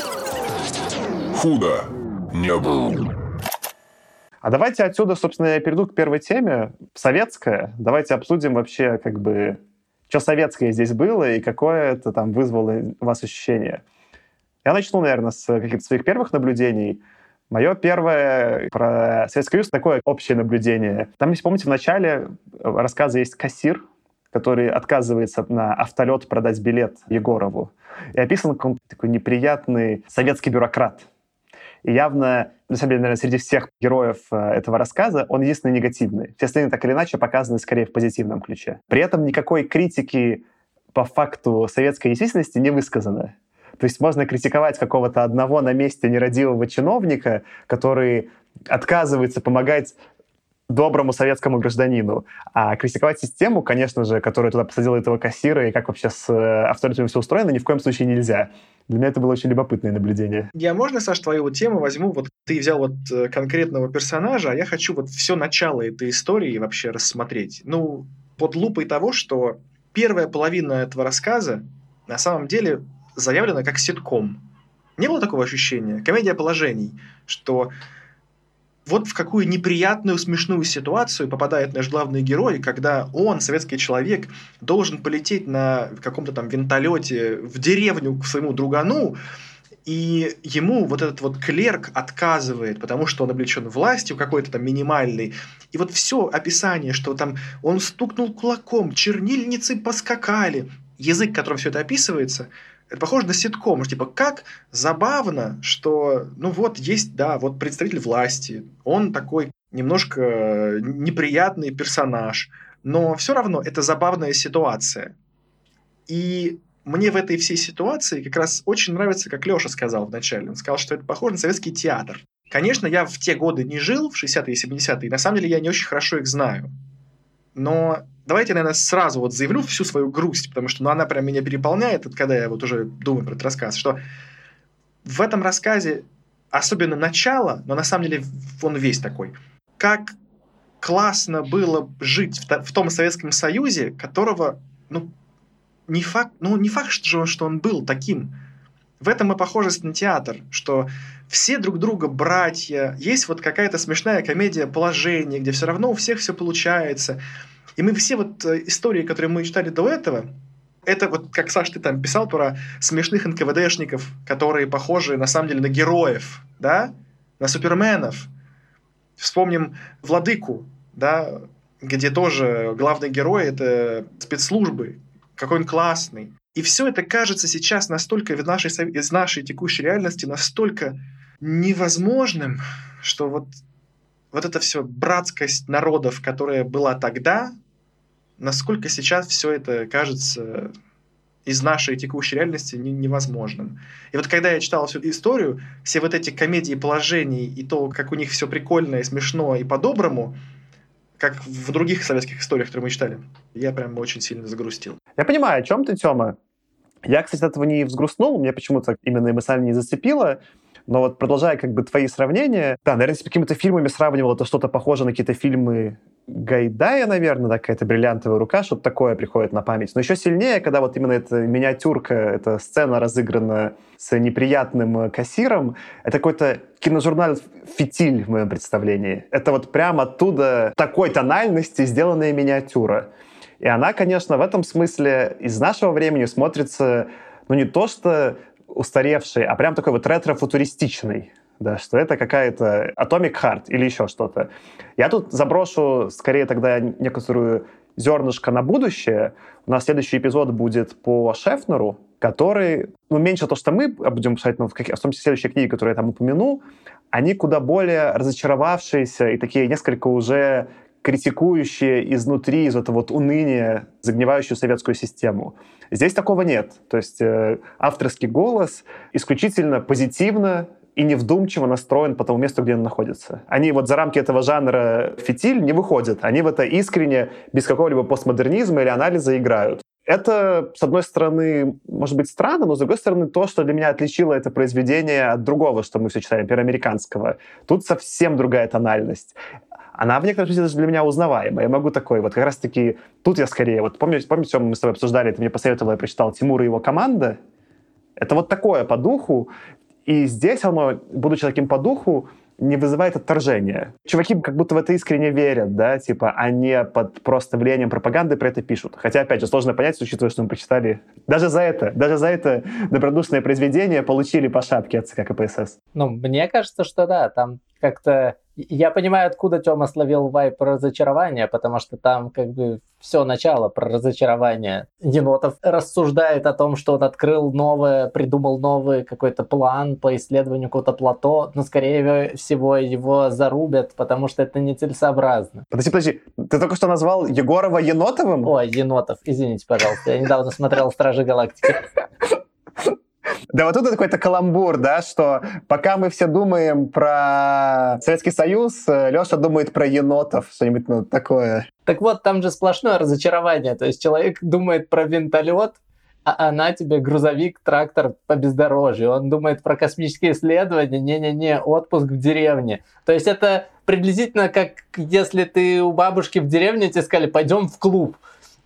D: Худо не было.
C: А давайте отсюда, собственно, я перейду к первой теме. Советская. Давайте обсудим вообще, что советское здесь было и какое это там вызвало у вас ощущение. Я начну, наверное, с каких-то своих первых наблюдений. Мое первое про Советский Союз такое общее наблюдение. Там, если помните, в начале рассказа есть кассир, который отказывается на автолет продать билет Егорову. И описан как он такой неприятный советский бюрократ. И явно, на самом деле, наверное, среди всех героев этого рассказа он единственный негативный. Все остальные так или иначе показаны скорее в позитивном ключе. При этом никакой критики по факту советской действительности не высказано. То есть можно критиковать какого-то одного на месте нерадивого чиновника, который отказывается помогать доброму советскому гражданину. А критиковать систему, конечно же, которая туда посадила этого кассира, и как вообще с авторитетами все устроено, ни в коем случае нельзя. Для меня это было очень любопытное наблюдение.
A: Я, можно, Саш, твою тему возьму? Вот ты взял конкретного персонажа, а я хочу все начало этой истории вообще рассмотреть. Под лупой того, что первая половина этого рассказа на самом деле заявлена как ситком. Не было такого ощущения? Комедия положений, что Вот в какую неприятную, смешную ситуацию попадает наш главный герой, когда он, советский человек, должен полететь на каком-то там вертолете в деревню к своему другану, и ему вот этот вот клерк отказывает, потому что он облечен властью какой-то там минимальной. И вот все описание, что там он стукнул кулаком, чернильницы поскакали. Язык, которым все это описывается, это похоже на ситком. Типа, как забавно, что, ну вот, есть, да, вот представитель власти. Он такой немножко неприятный персонаж. Но все равно это забавная ситуация. И мне в этой всей ситуации как раз очень нравится, как Леша сказал вначале. Он сказал, что это похоже на советский театр. Конечно, я в те годы не жил, в 60-е и 70-е, и на самом деле я не очень хорошо их знаю. Но давайте, наверное, сразу вот заявлю всю свою грусть, потому что она прям меня переполняет, когда я вот уже думаю про этот рассказ, что в этом рассказе, особенно начало, но на самом деле он весь такой, как классно было жить в том Советском Союзе, которого, не факт, что он был таким. В этом и похожесть на театр, что все друг друга братья, есть вот какая-то смешная комедия положения, где все равно у всех все получается. И мы все вот истории, которые мы читали до этого, это вот, как, Саш, ты там писал про смешных НКВДшников, которые похожи на самом деле на героев, да, на суперменов. Вспомним «Владыку», да, где тоже главный герой — это спецслужбы, какой он классный. И все это кажется сейчас настолько из нашей текущей реальности настолько невозможным, что вот эта все братскость народов, которая была тогда, насколько сейчас все это кажется из нашей текущей реальности невозможным. И вот когда я читал всю эту историю, все вот эти комедии положений и то, как у них все прикольно и смешно и по-доброму, как в других советских историях, которые мы читали, я прям очень сильно загрустил.
C: Я понимаю, о чем ты, Тёма. Я, кстати, от этого не взгрустнул, меня почему-то именно эмоционально не зацепило, но вот продолжая как бы твои сравнения, да, наверное, с какими-то фильмами сравнивал, это что-то похоже на какие-то фильмы Гайдая, наверное, да, какая-то «Бриллиантовая рука», что-то такое приходит на память. Но еще сильнее, когда вот именно эта миниатюрка, эта сцена разыграна с неприятным кассиром, это какой-то киножурнал «Фитиль» в моем представлении. Это вот прямо оттуда такой тональности сделанная миниатюра. И она, конечно, в этом смысле из нашего времени смотрится, не то что устаревшей, а прям такой вот ретро-футуристичный. Да, что это какая-то Atomic Heart или еще что-то. Я тут заброшу скорее тогда некоторую зернышко на будущее. У нас следующий эпизод будет по Шефнеру, который, меньше то, что мы будем писать, но в том числе следующие книги, которые я там упомяну, они куда более разочаровавшиеся и такие несколько уже критикующие изнутри, из этого вот уныния, загнивающую советскую систему. Здесь такого нет. То есть авторский голос исключительно позитивно и невдумчиво настроен по тому месту, где он находится. Они вот за рамки этого жанра «Фитиль» не выходят. Они в это искренне, без какого-либо постмодернизма или анализа играют. Это, с одной стороны, может быть странно, но с другой стороны, то, что для меня отличило это произведение от другого, что мы все читали, например, американского. Тут совсем другая тональность. Она в некотором смысле даже для меня узнаваема. Я могу такой, вот как раз-таки, тут я скорее, вот помните, мы с тобой обсуждали, ты мне посоветовал, я прочитал «Тимур и его команда». Это вот такое по духу. И здесь оно, будучи таким по духу, не вызывает отторжения. Чуваки как будто в это искренне верят, да, типа, а не под просто влиянием пропаганды про это пишут. Хотя, опять же, сложно понять, учитывая, что мы прочитали. Даже за это добродушное произведение получили по шапке от ЦК КПСС.
B: Мне кажется, что да, там как-то... Я понимаю, откуда Тёма словил вайб про разочарование, потому что там как бы все начало про разочарование. Енотов рассуждает о том, что он открыл новое, придумал новый какой-то план по исследованию какого-то плато, но, скорее всего, его зарубят, потому что это нецелесообразно.
C: Подожди, ты только что назвал Егорова Енотовым?
B: Ой, Енотов, извините, пожалуйста, я недавно смотрел «Стражи Галактики».
C: Да, вот тут какой-то каламбур, да, что пока мы все думаем про Советский Союз, Леша думает про енотов, что-нибудь такое.
B: Так вот, там же сплошное разочарование. То есть человек думает про винтолет, а она тебе грузовик, трактор по бездорожью. Он думает про космические исследования, не-не-не, отпуск в деревне. То есть это приблизительно как если ты у бабушки в деревне тебе сказали, пойдем в клуб.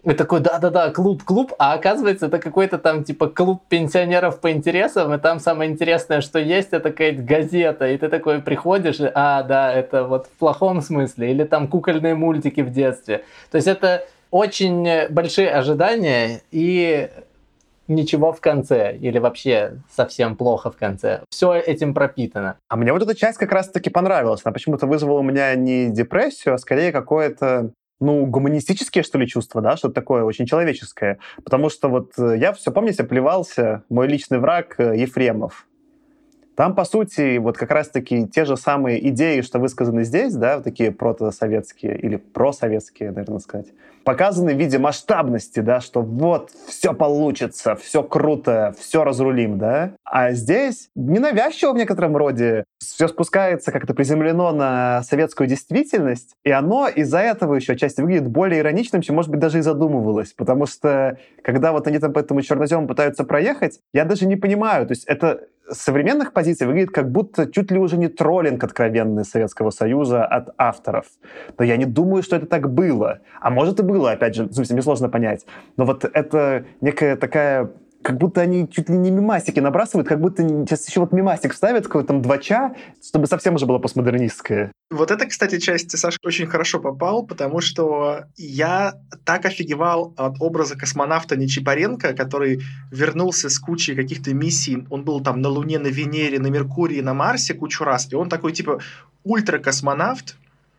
B: И такой, да-да-да, клуб, а оказывается, это какой-то там, типа, клуб пенсионеров по интересам, и там самое интересное, что есть, это какая-то газета, и ты такой приходишь, и, да, это вот в плохом смысле, или там кукольные мультики в детстве. То есть это очень большие ожидания, и ничего в конце, или вообще совсем плохо в конце. Все этим пропитано.
C: А мне вот эта часть как раз-таки понравилась. Она почему-то вызвала у меня не депрессию, а скорее какое-то гуманистические, что ли, чувства, да, что-то такое очень человеческое. Потому что вот я все, помните, плевался, мой личный враг Ефремов. Там, по сути, вот как раз-таки те же самые идеи, что высказаны здесь, да, вот такие протосоветские или просоветские, наверное, сказать, показаны в виде масштабности, да, что вот все получится, все круто, все разрулим, да. А здесь ненавязчиво в некотором роде все спускается, как-то приземлено на советскую действительность, и оно из-за этого еще отчасти выглядит более ироничным, чем, может быть, даже и задумывалось. Потому что, когда вот они там по этому чернозему пытаются проехать, я даже не понимаю, то есть это с современных позиций выглядит как будто чуть ли уже не троллинг откровенный Советского Союза от авторов. Но я не думаю, что это так было. А может и было, опять же, мне сложно понять. Но вот это некая такая... Как будто они чуть ли не мемасики набрасывают, как будто сейчас еще вот мемасик вставят, какой-то там 2Ч, чтобы совсем уже было постмодернистское.
A: Вот эта, кстати, часть ты, Саша, очень хорошо попал, потому что я так офигевал от образа космонавта Нечипаренко, который вернулся с кучей каких-то миссий. Он был там на Луне, на Венере, на Меркурии, на Марсе кучу раз. И он такой, типа, ультракосмонавт,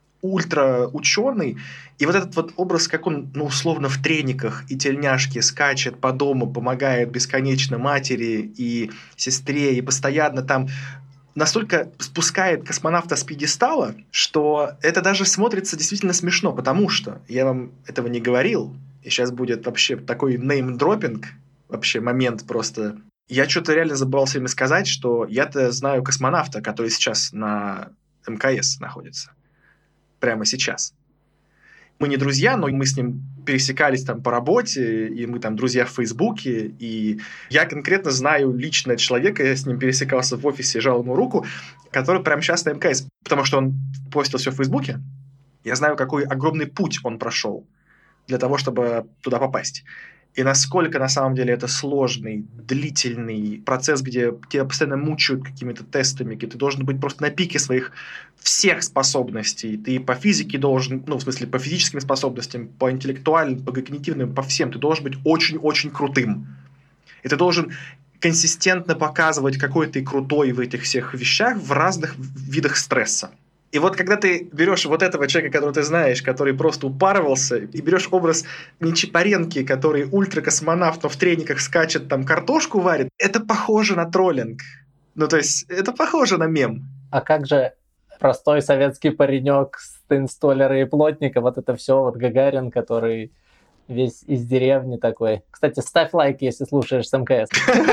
A: ультра-ученый, и вот этот вот образ, как он, условно, в трениках и тельняшке скачет по дому, помогает бесконечно матери и сестре, и постоянно там настолько спускает космонавта с пьедестала, что это даже смотрится действительно смешно, потому что, я вам этого не говорил, и сейчас будет вообще такой неймдропинг, вообще момент просто. Я что-то реально забывал всеми сказать, что я-то знаю космонавта, который сейчас на МКС находится. Прямо сейчас. Мы не друзья, но мы с ним пересекались там по работе, и мы там друзья в Фейсбуке, и я конкретно знаю лично человека, я с ним пересекался в офисе, жал ему руку, который прямо сейчас на МКС, потому что он постил все в Фейсбуке. Я знаю, какой огромный путь он прошел для того, чтобы туда попасть. И насколько на самом деле это сложный, длительный процесс, где тебя постоянно мучают какими-то тестами, где ты должен быть просто на пике своих всех способностей. Ты по физике должен, в смысле, по физическим способностям, по интеллектуальным, по когнитивным, по всем, ты должен быть очень-очень крутым. И ты должен консистентно показывать, какой ты крутой в этих всех вещах в разных видах стресса. И вот когда ты берешь вот этого человека, которого ты знаешь, который просто упарывался, и берешь образ Нечипаренки, который ультракосмонавт, но в трениках скачет, там картошку варит, это похоже на троллинг. То есть это похоже на мем.
B: А как же простой советский паренек с инстоллера и плотника, вот это все, вот Гагарин, который весь из деревни такой. Кстати, ставь лайк, если слушаешь с МКС.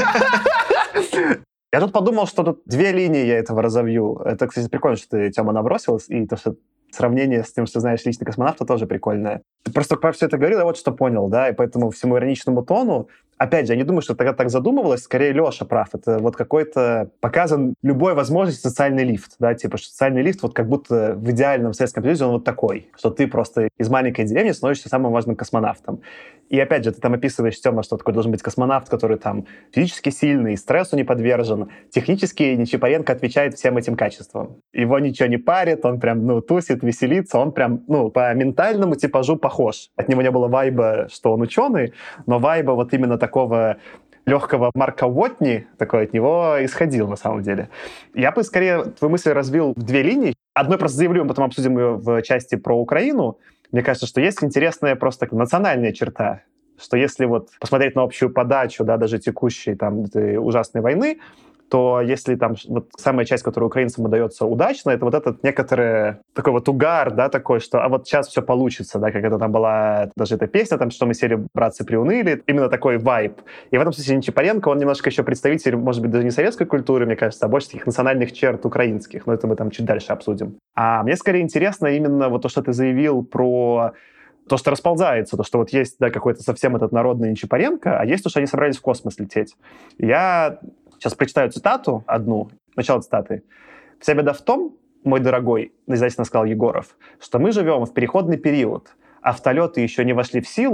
C: Я тут подумал, что тут две линии я этого разовью. Это, кстати, прикольно, что ты, Тёма, набросилась, и то, что сравнение с тем, что знаешь лично космонавта, тоже прикольное. Ты просто про все это говорил, я вот что понял, да, и поэтому всему ироничному тону, опять же, я не думаю, что тогда так задумывалось, скорее Леша прав. Это вот какой-то показан любой возможности социальный лифт, да, типа, что социальный лифт вот как будто в идеальном Советском Союзе он вот такой, что ты просто из маленькой деревни становишься самым важным космонавтом. И опять же, ты там описываешь, Тёма, что такой должен быть космонавт, который там физически сильный, стрессу не подвержен, технически Нечипаренко отвечает всем этим качествам. Его ничего не парит, он прям, тусит, веселится, он прям, по ментальному типажу похож. От него не было вайба, что он ученый, но вайба вот именно такого легкого Марка Уотни такой от него исходил на самом деле. Я бы скорее твою мысль развил в две линии. Одной просто заявлю, потом обсудим ее в части про Украину. Мне кажется, что есть интересная просто национальная черта, что если вот посмотреть на общую подачу, да, даже текущей там этой ужасной войны, то если там вот самая часть, которая украинцам удается удачно, это вот этот некоторый такой вот угар, да, такой, что вот сейчас все получится, да, как это там была даже эта песня, там, что мы сели, братцы, приуныли, именно такой вайб. И в этом смысле Нечипаренко, он немножко еще представитель, может быть, даже не советской культуры, мне кажется, а больше таких национальных черт украинских, но это мы там чуть дальше обсудим. А мне скорее интересно именно вот то, что ты заявил про то, что расползается, то, что вот есть, да, какой-то совсем этот народный Нечипаренко, а есть то, что они собрались в космос лететь. Я сейчас прочитаю цитату одну, начало цитаты. «Вся беда в том, мой дорогой, издательно сказал Егоров, что мы живем в переходный период, автолеты еще не вошли в силу,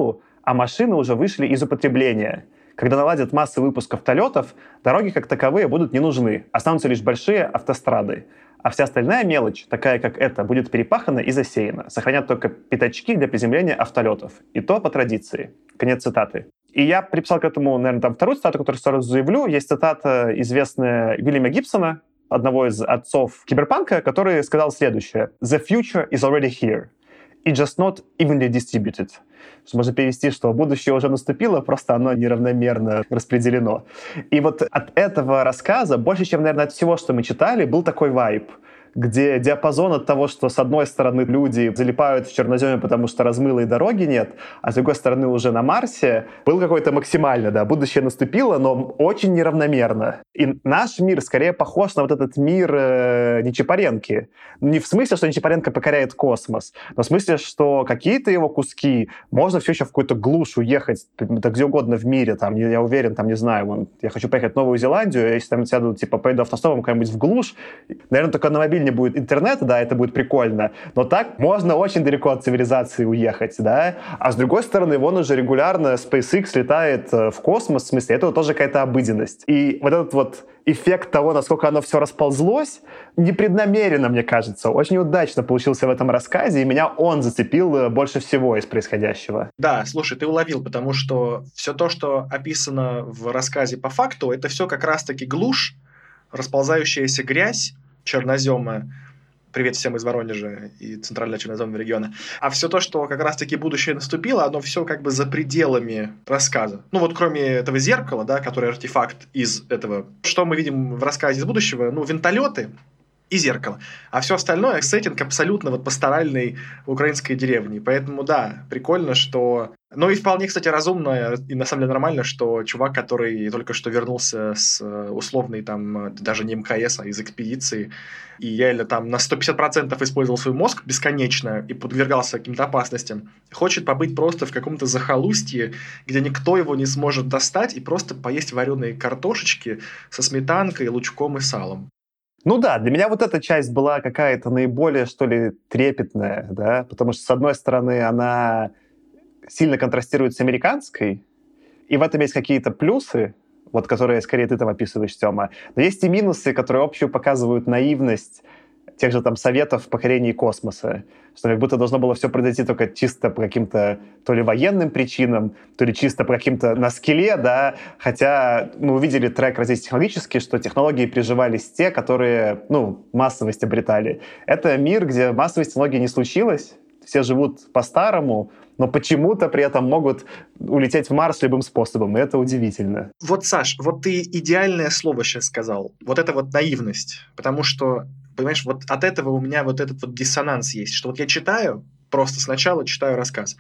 C: а машины уже вышли из употребления. Когда наладят массы выпуск автолетов, дороги как таковые будут не нужны, останутся лишь большие автострады. А вся остальная мелочь, такая как эта, будет перепахана и засеяна. Сохранят только пятачки для приземления автолетов. И то по традиции. Конец цитаты. И я приписал к этому, наверное, там вторую цитату, которую сразу заявлю. Есть цитата известная Уильяма Гибсона, одного из отцов киберпанка, который сказал следующее. «The future is already here. It's just not evenly distributed». Что можно перевести, что будущее уже наступило, просто оно неравномерно распределено. И вот от этого рассказа, больше, чем, наверное, от всего, что мы читали, был такой вайб, где диапазон от того, что с одной стороны люди залипают в черноземе, потому что размылой дороги нет, а с другой стороны уже на Марсе, был какой-то максимально, да, будущее наступило, но очень неравномерно. И наш мир скорее похож на вот этот мир Нечапаренки. Не в смысле, что Нечапаренко покоряет космос, но в смысле, что какие-то его куски можно все еще в какую-то глушь уехать, да где угодно в мире, там, я уверен, там, не знаю, я хочу поехать в Новую Зеландию, если там сяду, типа, поеду автостопом куда-нибудь в глушь, наверное, только на мобильном не будет интернета, да, это будет прикольно, но так можно очень далеко от цивилизации уехать, да, а с другой стороны, вон уже регулярно SpaceX летает в космос, в смысле, это тоже какая-то обыденность. И вот этот вот эффект того, насколько оно все расползлось, непреднамеренно, мне кажется, очень удачно получился в этом рассказе, и меня он зацепил больше всего из происходящего.
A: Да, слушай, ты уловил, потому что все то, что описано в рассказе по факту, это все как раз-таки глушь, расползающаяся грязь, черноземы, привет всем из Воронежа и центрально-черноземного региона, а все то, что как раз-таки будущее наступило, оно все как бы за пределами рассказа. Ну вот кроме этого зеркала, да, который артефакт из этого, что мы видим в рассказе из будущего, ну винтолеты и зеркало. А все остальное — сеттинг абсолютно вот пасторальной украинской деревни. Поэтому да, прикольно, что... Ну и вполне, кстати, разумно и на самом деле нормально, что чувак, который только что вернулся с условной там, даже не МКС, а из экспедиции, и реально там на 150% использовал свой мозг бесконечно и подвергался каким-то опасностям, хочет побыть просто в каком-то захолустье, где никто его не сможет достать, и просто поесть вареные картошечки со сметанкой, лучком и салом.
C: Ну да, для меня вот эта часть была какая-то наиболее, что ли, трепетная, да, потому что, с одной стороны, она сильно контрастирует с американской, и в этом есть какие-то плюсы, вот которые скорее ты там описываешь, Тёма, но есть и минусы, которые общую показывают наивность тех же там советов в покорении космоса, что как будто должно было все произойти только чисто по каким-то то ли военным причинам, то ли чисто по каким-то на скилле, да, хотя мы увидели трек развития технологический, что технологии приживались те, которые, ну, массовость обретали. Это мир, где массовой технологии не случилось, все живут по-старому, но почему-то при этом могут улететь в Марс любым способом, и это удивительно.
A: Вот, Саш, вот ты идеальное слово сейчас сказал. Вот это вот наивность. Потому что, понимаешь, вот от этого у меня вот этот вот диссонанс есть, что вот я читаю, просто сначала читаю рассказ,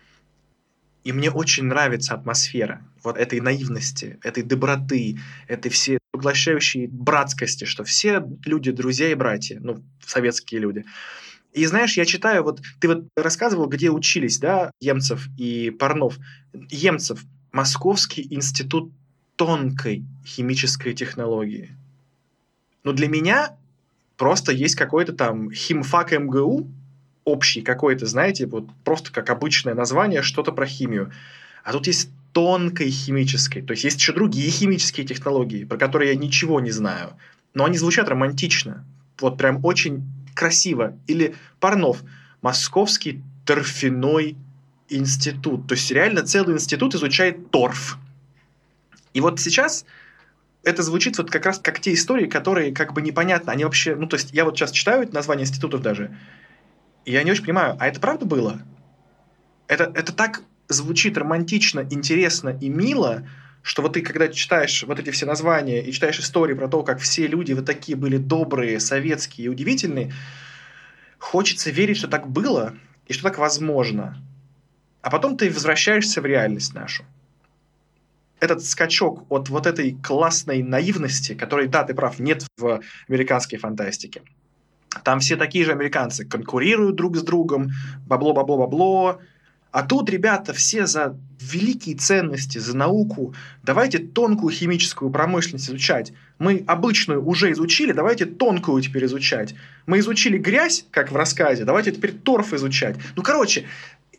A: и мне очень нравится атмосфера вот этой наивности, этой доброты, этой всей поглощающей братскости, что все люди друзья и братья, ну, советские люди. И знаешь, я читаю, вот ты вот рассказывал, где учились, да, Емцев и Парнов. Емцев, Московский институт тонкой химической технологии. Но для меня просто есть какой-то там химфак МГУ, общий какой-то, знаете, вот просто как обычное название, что-то про химию. А тут есть тонкой химической, то есть есть еще другие химические технологии, про которые я ничего не знаю, но они звучат романтично, вот прям очень красиво. Или Парнов, Московский торфяной институт. То есть реально целый институт изучает торф. И вот сейчас это звучит вот как раз как те истории, которые как бы непонятно. Они вообще, ну то есть я вот сейчас читаю названия институтов даже, и я не очень понимаю, а это правда было? Это так звучит романтично, интересно и мило, что вот ты, когда читаешь вот эти все названия и читаешь истории про то, как все люди вот такие были добрые, советские и удивительные, хочется верить, что так было и что так возможно. А потом ты возвращаешься в реальность нашу. Этот скачок от вот этой классной наивности, которой, да, ты прав, нет в американской фантастике. Там все такие же американцы конкурируют друг с другом, бабло. А тут, ребята, все за великие ценности, за науку. Давайте тонкую химическую промышленность изучать. Мы обычную уже изучили, давайте тонкую теперь изучать. Мы изучили грязь, как в рассказе, давайте теперь торф изучать. Ну, короче,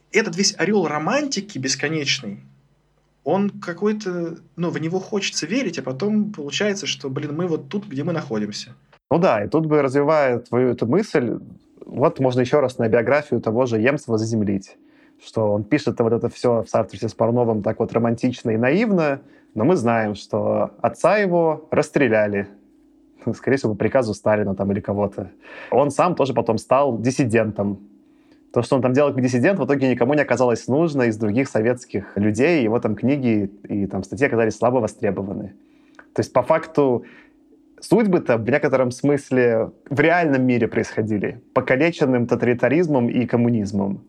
A: этот весь орел романтики бесконечный, он какой-то, в него хочется верить, а потом получается, что, мы вот тут, где мы находимся.
C: Ну да, и тут бы, развивая твою эту мысль, вот можно еще раз на биографию того же Емцева заземлить, что он пишет вот это все в соавторстве с Парновым так вот романтично и наивно, но мы знаем, что отца его расстреляли, скорее всего, по приказу Сталина там или кого-то. Он сам тоже потом стал диссидентом. То, что он там делал как диссидент, в итоге никому не оказалось нужно из других советских людей. Его там книги и там статьи оказались слабо востребованы. То есть, по факту, судьбы-то в некотором смысле в реальном мире происходили, покалеченным тоталитаризмом и коммунизмом.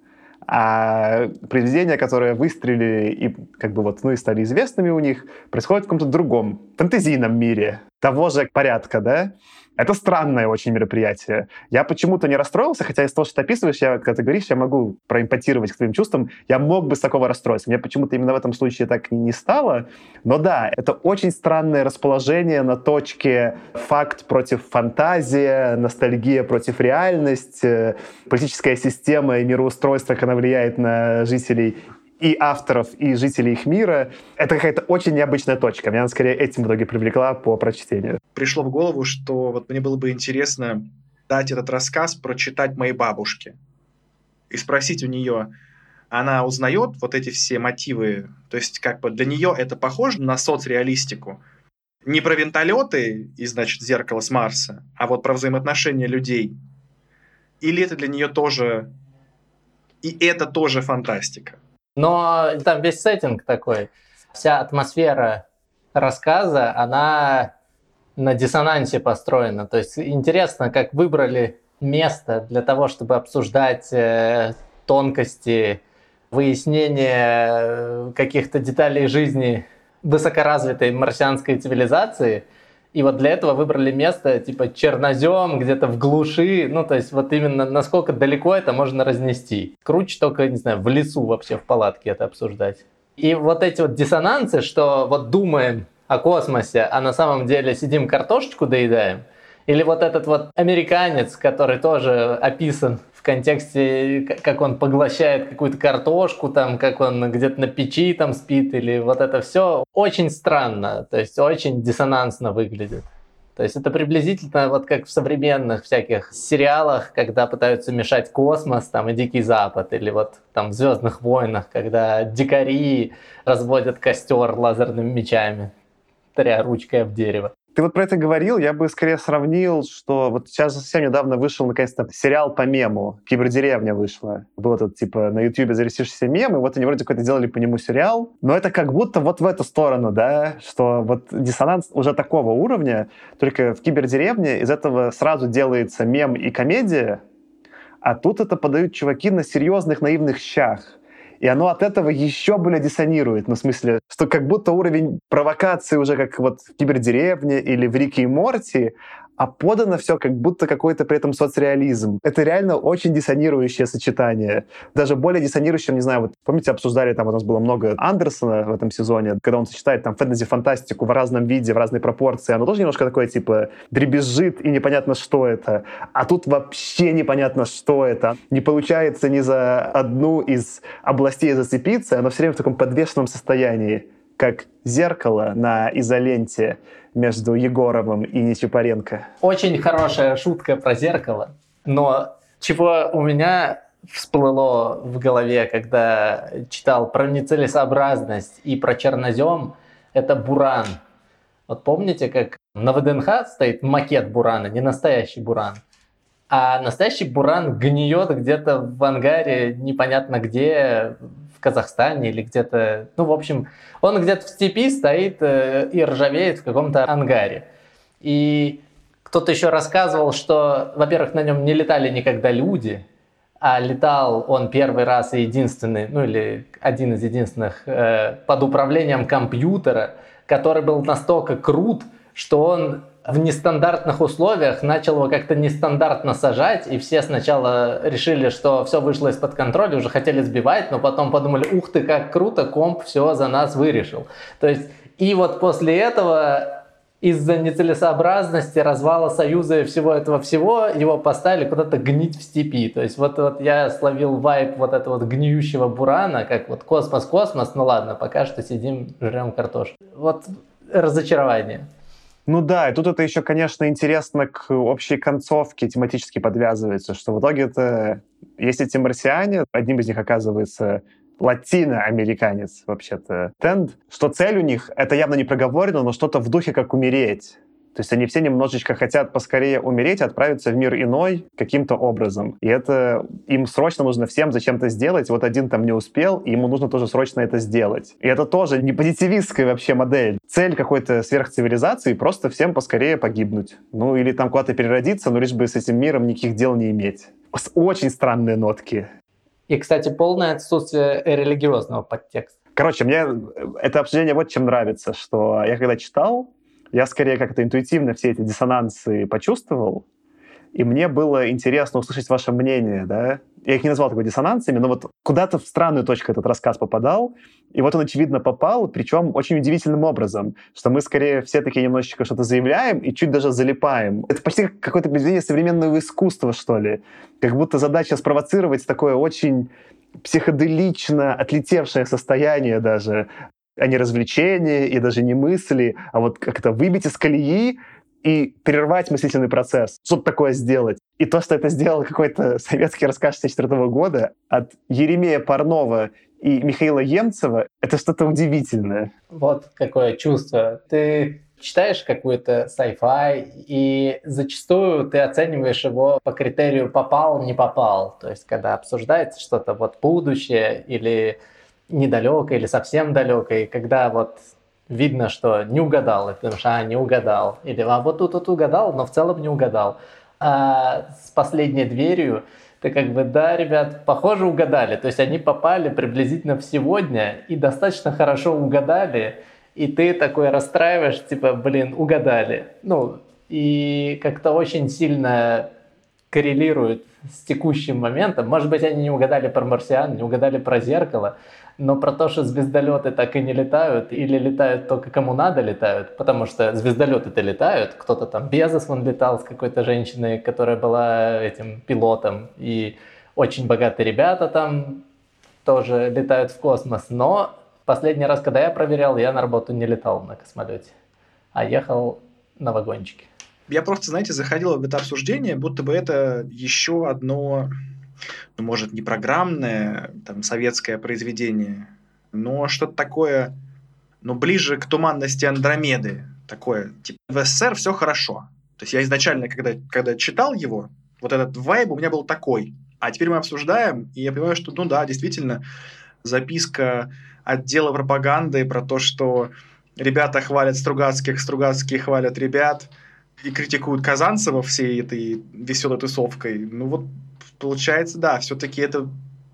C: А произведения, которые выстрелили и и стали известными у них, происходят в каком-то другом, фэнтезийном мире того же порядка, да? Это странное очень мероприятие. Я почему-то не расстроился, хотя из того, что ты описываешь, когда ты говоришь, я могу проимпотировать к твоим чувствам, я мог бы с такого расстроиться. Мне почему-то именно в этом случае так не стало. Но да, это очень странное расположение на точке факт против фантазия, ностальгия против реальности, политическая система и мироустройство, как она влияет на жителей и авторов, и жителей их мира. Это какая-то очень необычная точка. Меня она скорее этим в итоге привлекла по прочтению.
A: Пришло в голову, что мне было бы интересно дать этот рассказ прочитать моей бабушке и спросить у нее, она узнает вот эти все мотивы, то есть для нее это похоже на соцреалистику. Не про винтолеты и, зеркало с Марса, а вот про взаимоотношения людей. Или это для нее тоже... И это тоже фантастика.
B: Но там весь сеттинг такой. Вся атмосфера рассказа, она на диссонансе построена. То есть интересно, как выбрали место для того, чтобы обсуждать тонкости, выяснение каких-то деталей жизни высокоразвитой марсианской цивилизации. И вот для этого выбрали место типа чернозем, где-то в глуши. То есть вот именно насколько далеко это можно разнести. Круче только, не знаю, в лесу вообще в палатке это обсуждать. И вот эти вот диссонансы, что вот думаем о космосе, а на самом деле сидим картошечку доедаем. Или вот этот вот американец, который тоже описан в контексте, как он поглощает какую-то картошку, там, как он где-то на печи там спит, или вот это все очень странно, то есть очень диссонансно выглядит. То есть это приблизительно вот как в современных всяких сериалах, когда пытаются мешать космос там, и Дикий Запад, или вот там в «Звездных войнах», когда дикари разводят костер лазерными мечами, тря ручкой об дерево.
C: Ты вот про это говорил, я бы скорее сравнил, что вот сейчас совсем недавно вышел наконец-то сериал по мему, «Кибердеревня» вышла. Был этот, на Ютьюбе зарисишься мем, и вот они вроде какой-то делали по нему сериал, но это как будто вот в эту сторону, да, что вот диссонанс уже такого уровня, только в «Кибердеревне» из этого сразу делается мем и комедия, а тут это подают чуваки на серьезных наивных щах. И оно от этого еще более диссонирует. В смысле, что как будто уровень провокации уже как вот в «Кибердеревне» или в «Рике и Морти», а подано все как будто какой-то при этом соцреализм. Это реально очень диссонирующее сочетание. Даже более диссонирующее, не знаю, вот помните, обсуждали, там у нас было много Андерсона в этом сезоне, когда он сочетает там фэнтези-фантастику в разном виде, в разной пропорции. Оно тоже немножко такое, дребезжит и непонятно, что это. А тут вообще непонятно, что это. Не получается ни за одну из областей зацепиться, оно все время в таком подвешенном состоянии, как зеркало на изоленте между Егоровым и Нечапаренко.
B: Очень хорошая шутка про зеркало, но чего у меня всплыло в голове, когда читал про нецелесообразность и про чернозем, это буран. Вот помните, как на ВДНХ стоит макет бурана, не настоящий буран, а настоящий буран гниет где-то в ангаре непонятно где, в Казахстане или где-то, в общем, он где-то в степи стоит и ржавеет в каком-то ангаре. И кто-то еще рассказывал, что, во-первых, на нем не летали никогда люди, а летал он первый раз и единственный, или один из единственных под управлением компьютера, который был настолько крут, что он в нестандартных условиях начал его как-то нестандартно сажать, и все сначала решили, что все вышло из-под контроля, уже хотели сбивать, но потом подумали, ух ты, как круто, комп все за нас вырешил. То есть, и вот после этого из-за нецелесообразности, развала Союза и всего этого всего его поставили куда-то гнить в степи. То есть вот я словил вайб вот этого вот гниющего бурана, как вот космос, ну ладно, пока что сидим, жрем картошку. Вот разочарование.
C: Ну да, и тут это еще, конечно, интересно к общей концовке тематически подвязывается, что в итоге это, есть эти марсиане, одним из них оказывается латиноамериканец, вообще-то, Тенд, что цель у них, это явно не проговорено, но что-то в духе как умереть. То есть они все немножечко хотят поскорее умереть и отправиться в мир иной каким-то образом. И это им срочно нужно всем зачем-то сделать. Вот один там не успел, и ему нужно тоже срочно это сделать. И это тоже не позитивистская вообще модель. Цель какой-то сверхцивилизации — просто всем поскорее погибнуть. Ну или там куда-то переродиться, но лишь бы с этим миром никаких дел не иметь. Очень странные нотки.
B: И, кстати, полное отсутствие религиозного подтекста.
C: Короче, мне это обсуждение вот чем нравится, что я когда читал, я скорее как-то интуитивно все эти диссонансы почувствовал, и мне было интересно услышать ваше мнение, да. Я их не назвал такой диссонансами, но вот куда-то в странную точку этот рассказ попадал, и вот он, очевидно, попал, причем очень удивительным образом, что мы скорее все такие немножечко что-то заявляем и чуть даже залипаем. Это почти как какое-то произведение современного искусства, что ли. Как будто задача спровоцировать такое очень психоделично отлетевшее состояние даже, а не развлечение и даже не мысли, а вот как-то выбить из колеи и прервать мыслительный процесс, что-то такое сделать. И то, что это сделал какой-то советский рассказ 1964 года от Еремея Парнова и Михаила Емцева, это что-то удивительное.
B: Вот какое чувство. Ты читаешь какой-то sci-fi, и зачастую ты оцениваешь его по критерию «попал, не попал». То есть, когда обсуждается что-то вот будущее или недалекое, или совсем далекое, и когда вот видно, что не угадал, и ты думаешь, не угадал. Или вот тут угадал, но в целом не угадал. А с последней дверью ты как бы, да, ребят, похоже, угадали. То есть они попали приблизительно в сегодня и достаточно хорошо угадали. И ты такой расстраиваешь, типа, блин, угадали. Ну, и как-то очень сильно коррелирует с текущим моментом. Может быть, они не угадали про марсиан, не угадали про зеркало, но про то, что звездолеты так и не летают, или летают только кому надо летают, потому что звездолеты-то летают, кто-то там Безос вон летал с какой-то женщиной, которая была этим пилотом, и очень богатые ребята там тоже летают в космос, но последний раз, когда я проверял, я на работу не летал на космолете, а ехал на вагончике.
A: Я просто, знаете, заходил в это обсуждение, будто бы это еще одно, ну, может, не программное, там, советское произведение, но что-то такое, ну, ближе к туманности Андромеды. Такое, типа, в СССР все хорошо. То есть я изначально, когда читал его, вот этот вайб у меня был такой. А теперь мы обсуждаем, и я понимаю, что, ну да, действительно, записка отдела пропаганды про то, что ребята хвалят Стругацких, Стругацкие хвалят ребят, и критикуют Казанцева всей этой веселой тусовкой. Ну вот, получается, да, все-таки это...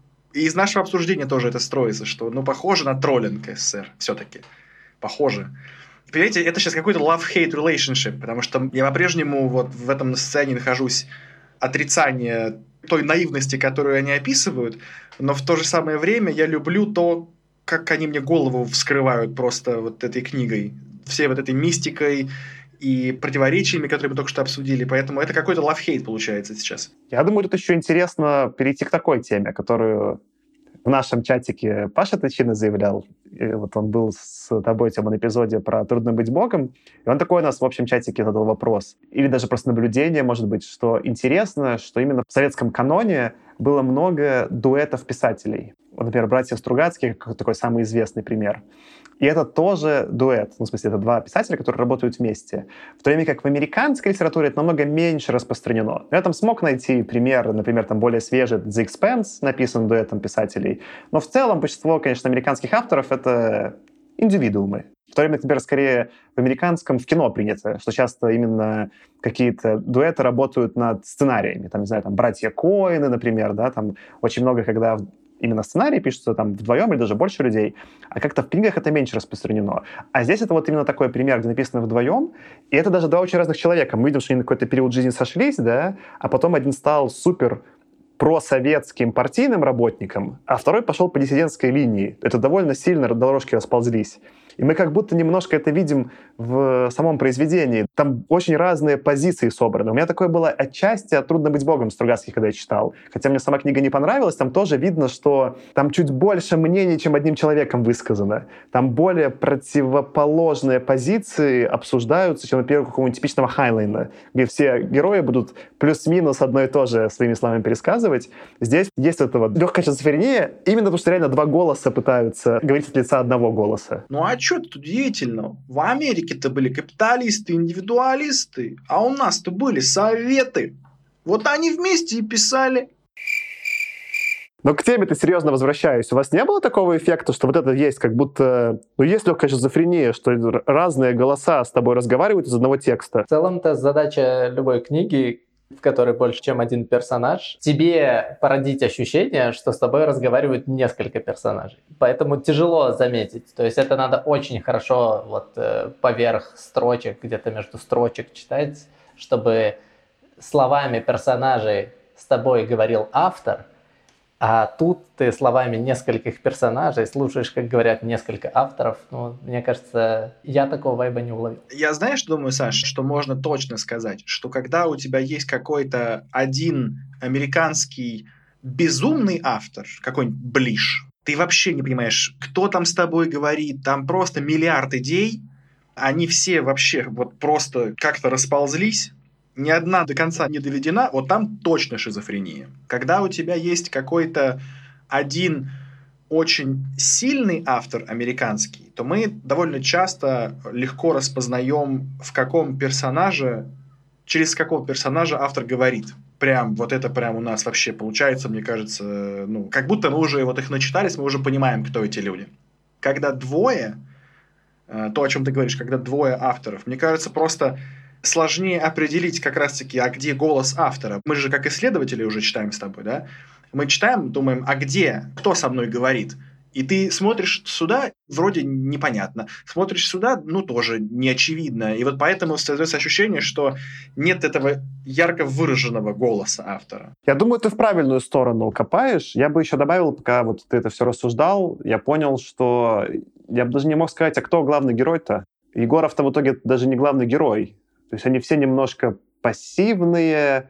A: И из нашего обсуждения тоже это строится, что, ну, похоже на троллинг СССР все-таки. Похоже. Понимаете, это сейчас какой-то love-hate relationship, потому что я по-прежнему вот в этом состоянии нахожусь отрицание той наивности, которую они описывают, но в то же самое время я люблю то, как они мне голову вскрывают просто вот этой книгой. Всей вот этой мистикой и противоречиями, которые мы только что обсудили. Поэтому это какой-то love-hate получается сейчас.
C: Я думаю, тут еще интересно перейти к такой теме, которую в нашем чатике Паша Тычина заявлял. И вот он был с тобой, Тёма, на эпизоде про «Трудно быть богом». И он такой у нас в общем чатике задал вопрос. Или даже просто наблюдение, может быть, что интересно, что именно в советском каноне было много дуэтов писателей. Вот, например, братья Стругацкие, как такой самый известный пример. И это тоже дуэт. Ну, в смысле, это два писателя, которые работают вместе. В то время как в американской литературе это намного меньше распространено. Я там смог найти пример, например, там более свежий «The Expanse», написан дуэтом писателей. Но в целом большинство, конечно, американских авторов — это индивидуумы. В то время, например, скорее в американском, в кино принято, что часто именно какие-то дуэты работают над сценариями. Там, не знаю, там братья Коэны, например, да, там очень много, когда именно сценарии пишутся там вдвоем или даже больше людей, а как-то в книгах это меньше распространено. А здесь это вот именно такой пример, где написано вдвоем, и это даже два очень разных человека. Мы видим, что они на какой-то период жизни сошлись, да, а потом один стал супер просоветским партийным работником, а второй пошел по диссидентской линии. Это довольно сильно дорожки расползлись. И мы как будто немножко это видим в самом произведении. Там очень разные позиции собраны. У меня такое было отчасти от «Трудно быть богом» Стругацких, когда я читал. Хотя мне сама книга не понравилась, там тоже видно, что там чуть больше мнений, чем одним человеком высказано. Там более противоположные позиции обсуждаются, чем, например, у какого-нибудь типичного Хайнлайна, где все герои будут плюс-минус одно и то же своими словами пересказывать. Здесь есть эта вот легкая шизофрения, именно потому что реально два голоса пытаются говорить от лица одного голоса.
A: Ну а что тут удивительно? В Америке-то были капиталисты, индивидуалисты, а у нас-то были советы. Вот они вместе и писали.
C: Но к теме-то серьезно возвращаюсь. У вас не было такого эффекта, что вот это есть, как будто... Ну, есть легкая шизофрения, что разные голоса с тобой разговаривают из одного текста?
B: В целом-то задача любой книги, в которой больше, чем один персонаж, тебе породить ощущение, что с тобой разговаривают несколько персонажей. Поэтому тяжело заметить. То есть это надо очень хорошо вот поверх строчек, где-то между строчек читать, чтобы словами персонажей с тобой говорил автор, а тут ты словами нескольких персонажей слушаешь, как говорят несколько авторов. Ну, мне кажется, я такого вайба не уловил.
A: Я знаешь, что думаю, Саш, что можно точно сказать? Что когда у тебя есть какой-то один американский безумный автор, какой-нибудь Блиш, ты вообще не понимаешь, кто там с тобой говорит, там просто миллиард идей, они все вообще вот просто как-то расползлись, ни одна до конца не доведена, вот там точно шизофрения. Когда у тебя есть какой-то один очень сильный автор американский, то мы довольно часто легко распознаем, через какого персонажа автор говорит. Прям, вот это прям у нас вообще получается, мне кажется, ну, как будто мы уже вот их начитались, мы уже понимаем, кто эти люди. Когда двое, то, о чем ты говоришь, когда двое авторов, мне кажется, просто сложнее определить как раз-таки, а где голос автора. Мы же как исследователи уже читаем с тобой, да? Мы читаем, думаем, а где, кто со мной говорит? И ты смотришь сюда, вроде непонятно. Смотришь сюда, ну, тоже не очевидно. И вот поэтому создается ощущение, что нет этого ярко выраженного голоса автора.
C: Я думаю, ты в правильную сторону копаешь. Я бы еще добавил, пока вот ты это все рассуждал, я понял, что я бы даже не мог сказать, а кто главный герой-то? Егоров-то в итоге даже не главный герой. То есть они все немножко пассивные,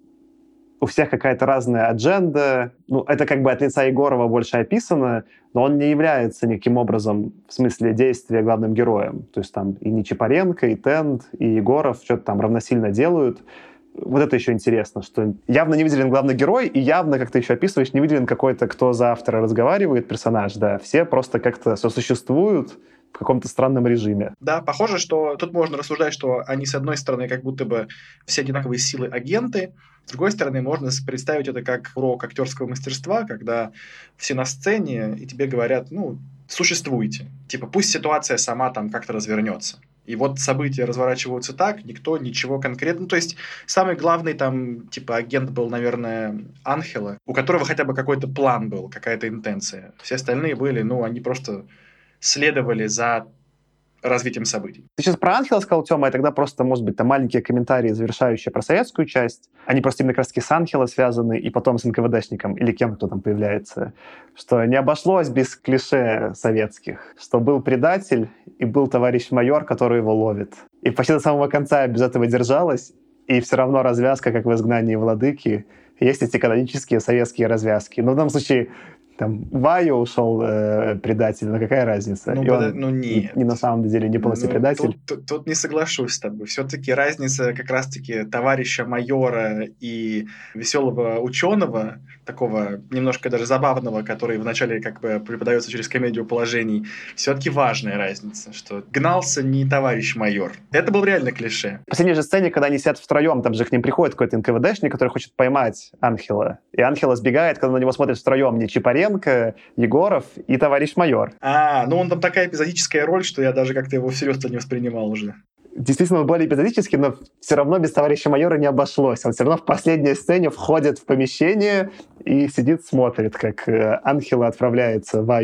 C: у всех какая-то разная адженда. Ну, это как бы от лица Егорова больше описано, но он не является никаким образом в смысле действия главным героем. То есть там и Нечипаренко, и Тент, и Егоров что-то там равносильно делают. Вот это еще интересно, что явно не выделен главный герой, и явно, как ты еще описываешь, не выделен какой-то, кто за автора разговаривает, персонаж, да. Все просто как-то сосуществуют в каком-то странном режиме.
A: Да, похоже, что тут можно рассуждать, что они, с одной стороны, как будто бы все одинаковые силы агенты, с другой стороны, можно представить это как урок актерского мастерства, когда все на сцене, и тебе говорят, ну, существуйте. Типа, пусть ситуация сама там как-то развернется. И вот события разворачиваются так, никто ничего конкретного... Ну, то есть, самый главный там, типа, агент был, наверное, Анхела, у которого хотя бы какой-то план был, какая-то интенция. Все остальные были, ну, они просто следовали за развитием событий.
C: Ты сейчас про Анхела сказал, Тёма, и тогда просто, может быть, там маленькие комментарии, завершающие про советскую часть. Они просто именно как раз-таки с Анхела связаны, и потом с НКВДшником, или кем, кто там появляется. Что не обошлось без клише советских. Что был предатель, и был товарищ майор, который его ловит. И почти до самого конца без этого держалась, и все равно развязка, как в «Изгнании владыки». Есть эти канонические советские развязки. Но в данном случае там Ваю ушел предатель, но какая разница?
A: Ну, нет.
C: Не на самом деле не полностью предатель.
A: Тут не соглашусь с тобой. Все-таки разница как раз-таки товарища майора и веселого ученого, такого немножко даже забавного, который вначале как бы преподается через комедию положений, все-таки важная разница, что гнался не товарищ майор. Это был реально клише.
C: В последней же сцене, когда они сидят втроем, там же к ним приходит какой-то НКВДшник, который хочет поймать Анхела. И Анхела сбегает, когда на него смотрят втроем Нечипаренко, Егоров и товарищ майор.
A: Ну он там такая эпизодическая роль, что я даже как-то его всерьез не воспринимал уже.
C: Действительно, он более эпизодический, но все равно без товарища майора не обошлось. Он все равно в последней сцене входит в помещение и сидит, смотрит, как Анхела отправляется в Ваю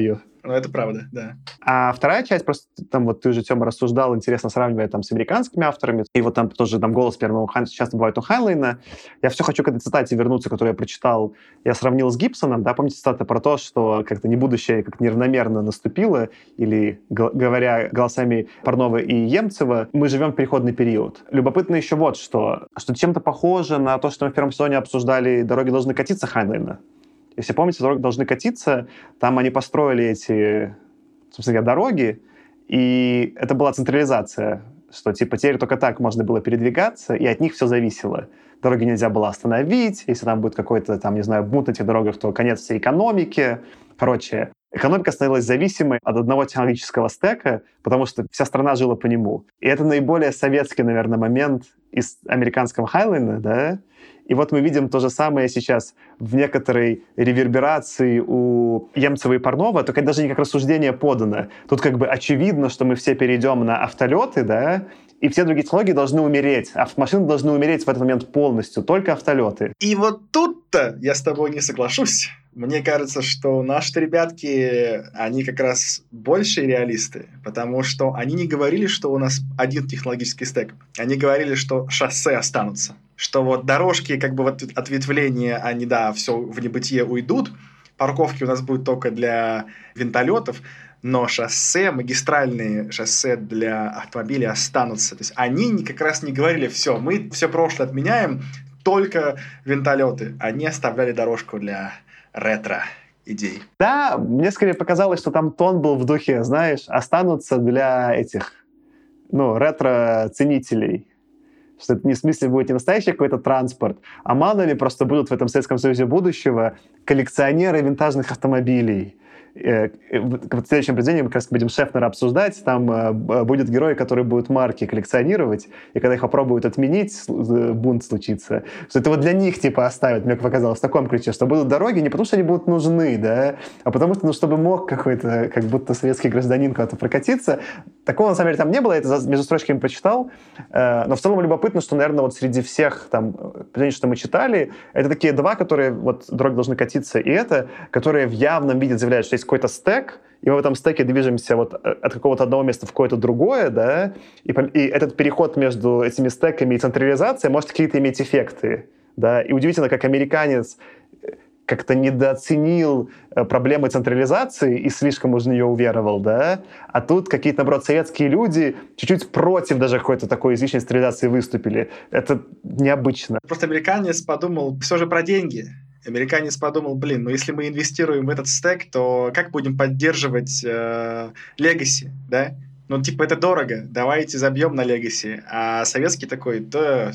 A: Ну, это правда, да.
C: А вторая часть, просто там вот ты же, Тёма, рассуждал, интересно, сравнивая там с американскими авторами, и вот там тоже там голос первого часто бывает у Хайнлайна. Я все хочу к этой цитате вернуться, которую я прочитал. Я сравнил с Гибсоном, да, помните цитата про то, что как-то не будущее как неравномерно наступило, или, говоря голосами Парнова и Емцева, мы живем в переходный период. Любопытно еще вот что чем-то похоже на то, что мы в первом сезоне обсуждали «Дороги должны катиться» Хайнлайна. Если помните, «Дороги должны катиться», там они построили эти, собственно говоря, дороги, и это была централизация, что типа теперь только так можно было передвигаться, и от них все зависело. Дороги нельзя было остановить, если там будет какой-то, там, не знаю, бунт на этих дорогах, то конец всей экономики. Короче, экономика становилась зависимой от одного технологического стека, потому что вся страна жила по нему. И это наиболее советский, наверное, момент из американского Хайнлайна, да? И вот мы видим то же самое сейчас в некоторой реверберации у Емцева и Парнова, только это даже не как рассуждение подано. Тут как бы очевидно, что мы все перейдем на автолеты, да, и все другие технологии должны умереть. Автомашины должны умереть в этот момент полностью, только автолеты.
A: И вот тут-то я с тобой не соглашусь. Мне кажется, что наши ребятки, они как раз большие реалисты, потому что они не говорили, что у нас один технологический стек. Они говорили, что шоссе останутся. Что вот дорожки, как бы вот ответвления, они, да, все в небытие уйдут. Парковки у нас будут только для винтолетов, но шоссе, магистральные шоссе для автомобилей останутся. То есть они как раз не говорили, все, мы все прошлое отменяем, только винтолеты. Они оставляли дорожку для ретро-идей.
C: Да, мне скорее показалось, что там тон был в духе, знаешь, останутся для этих, ретро-ценителей. Что это не в смысле будет не настоящий какой-то транспорт, а мало ли просто будут в этом Советском Союзе будущего коллекционеры винтажных автомобилей. В следующем произведении мы как раз будем Шефнера обсуждать. Там будет герой, который будет марки коллекционировать, и когда их попробуют отменить, бунт случится. Что это вот для них типа оставят, мне показалось, в таком ключе, что будут дороги не потому, что они будут нужны, да, а потому что, чтобы мог какой-то, как будто советский гражданин куда-то прокатиться. Такого, на самом деле, там не было, я это между строчками прочитал. Но в целом любопытно, что, наверное, вот среди всех там произведений, что мы читали, это такие два, которые, вот «Дороги должны катиться» и это, которые в явном виде заявляют, что есть какой-то стек, и мы в этом стеке движемся вот от какого-то одного места в какое-то другое, да, и этот переход между этими стеками и централизацией может какие-то иметь эффекты, да, и удивительно, как американец как-то недооценил проблемы централизации и слишком уж в нее уверовал, да, а тут какие-то, наоборот, советские люди чуть-чуть против даже какой-то такой излишней централизации выступили. Это необычно.
A: Просто американец подумал все же про деньги. Американец подумал, если мы инвестируем в этот стек, то как будем поддерживать легаси, да? Это дорого, давайте забьем на легаси. А советский такой, да,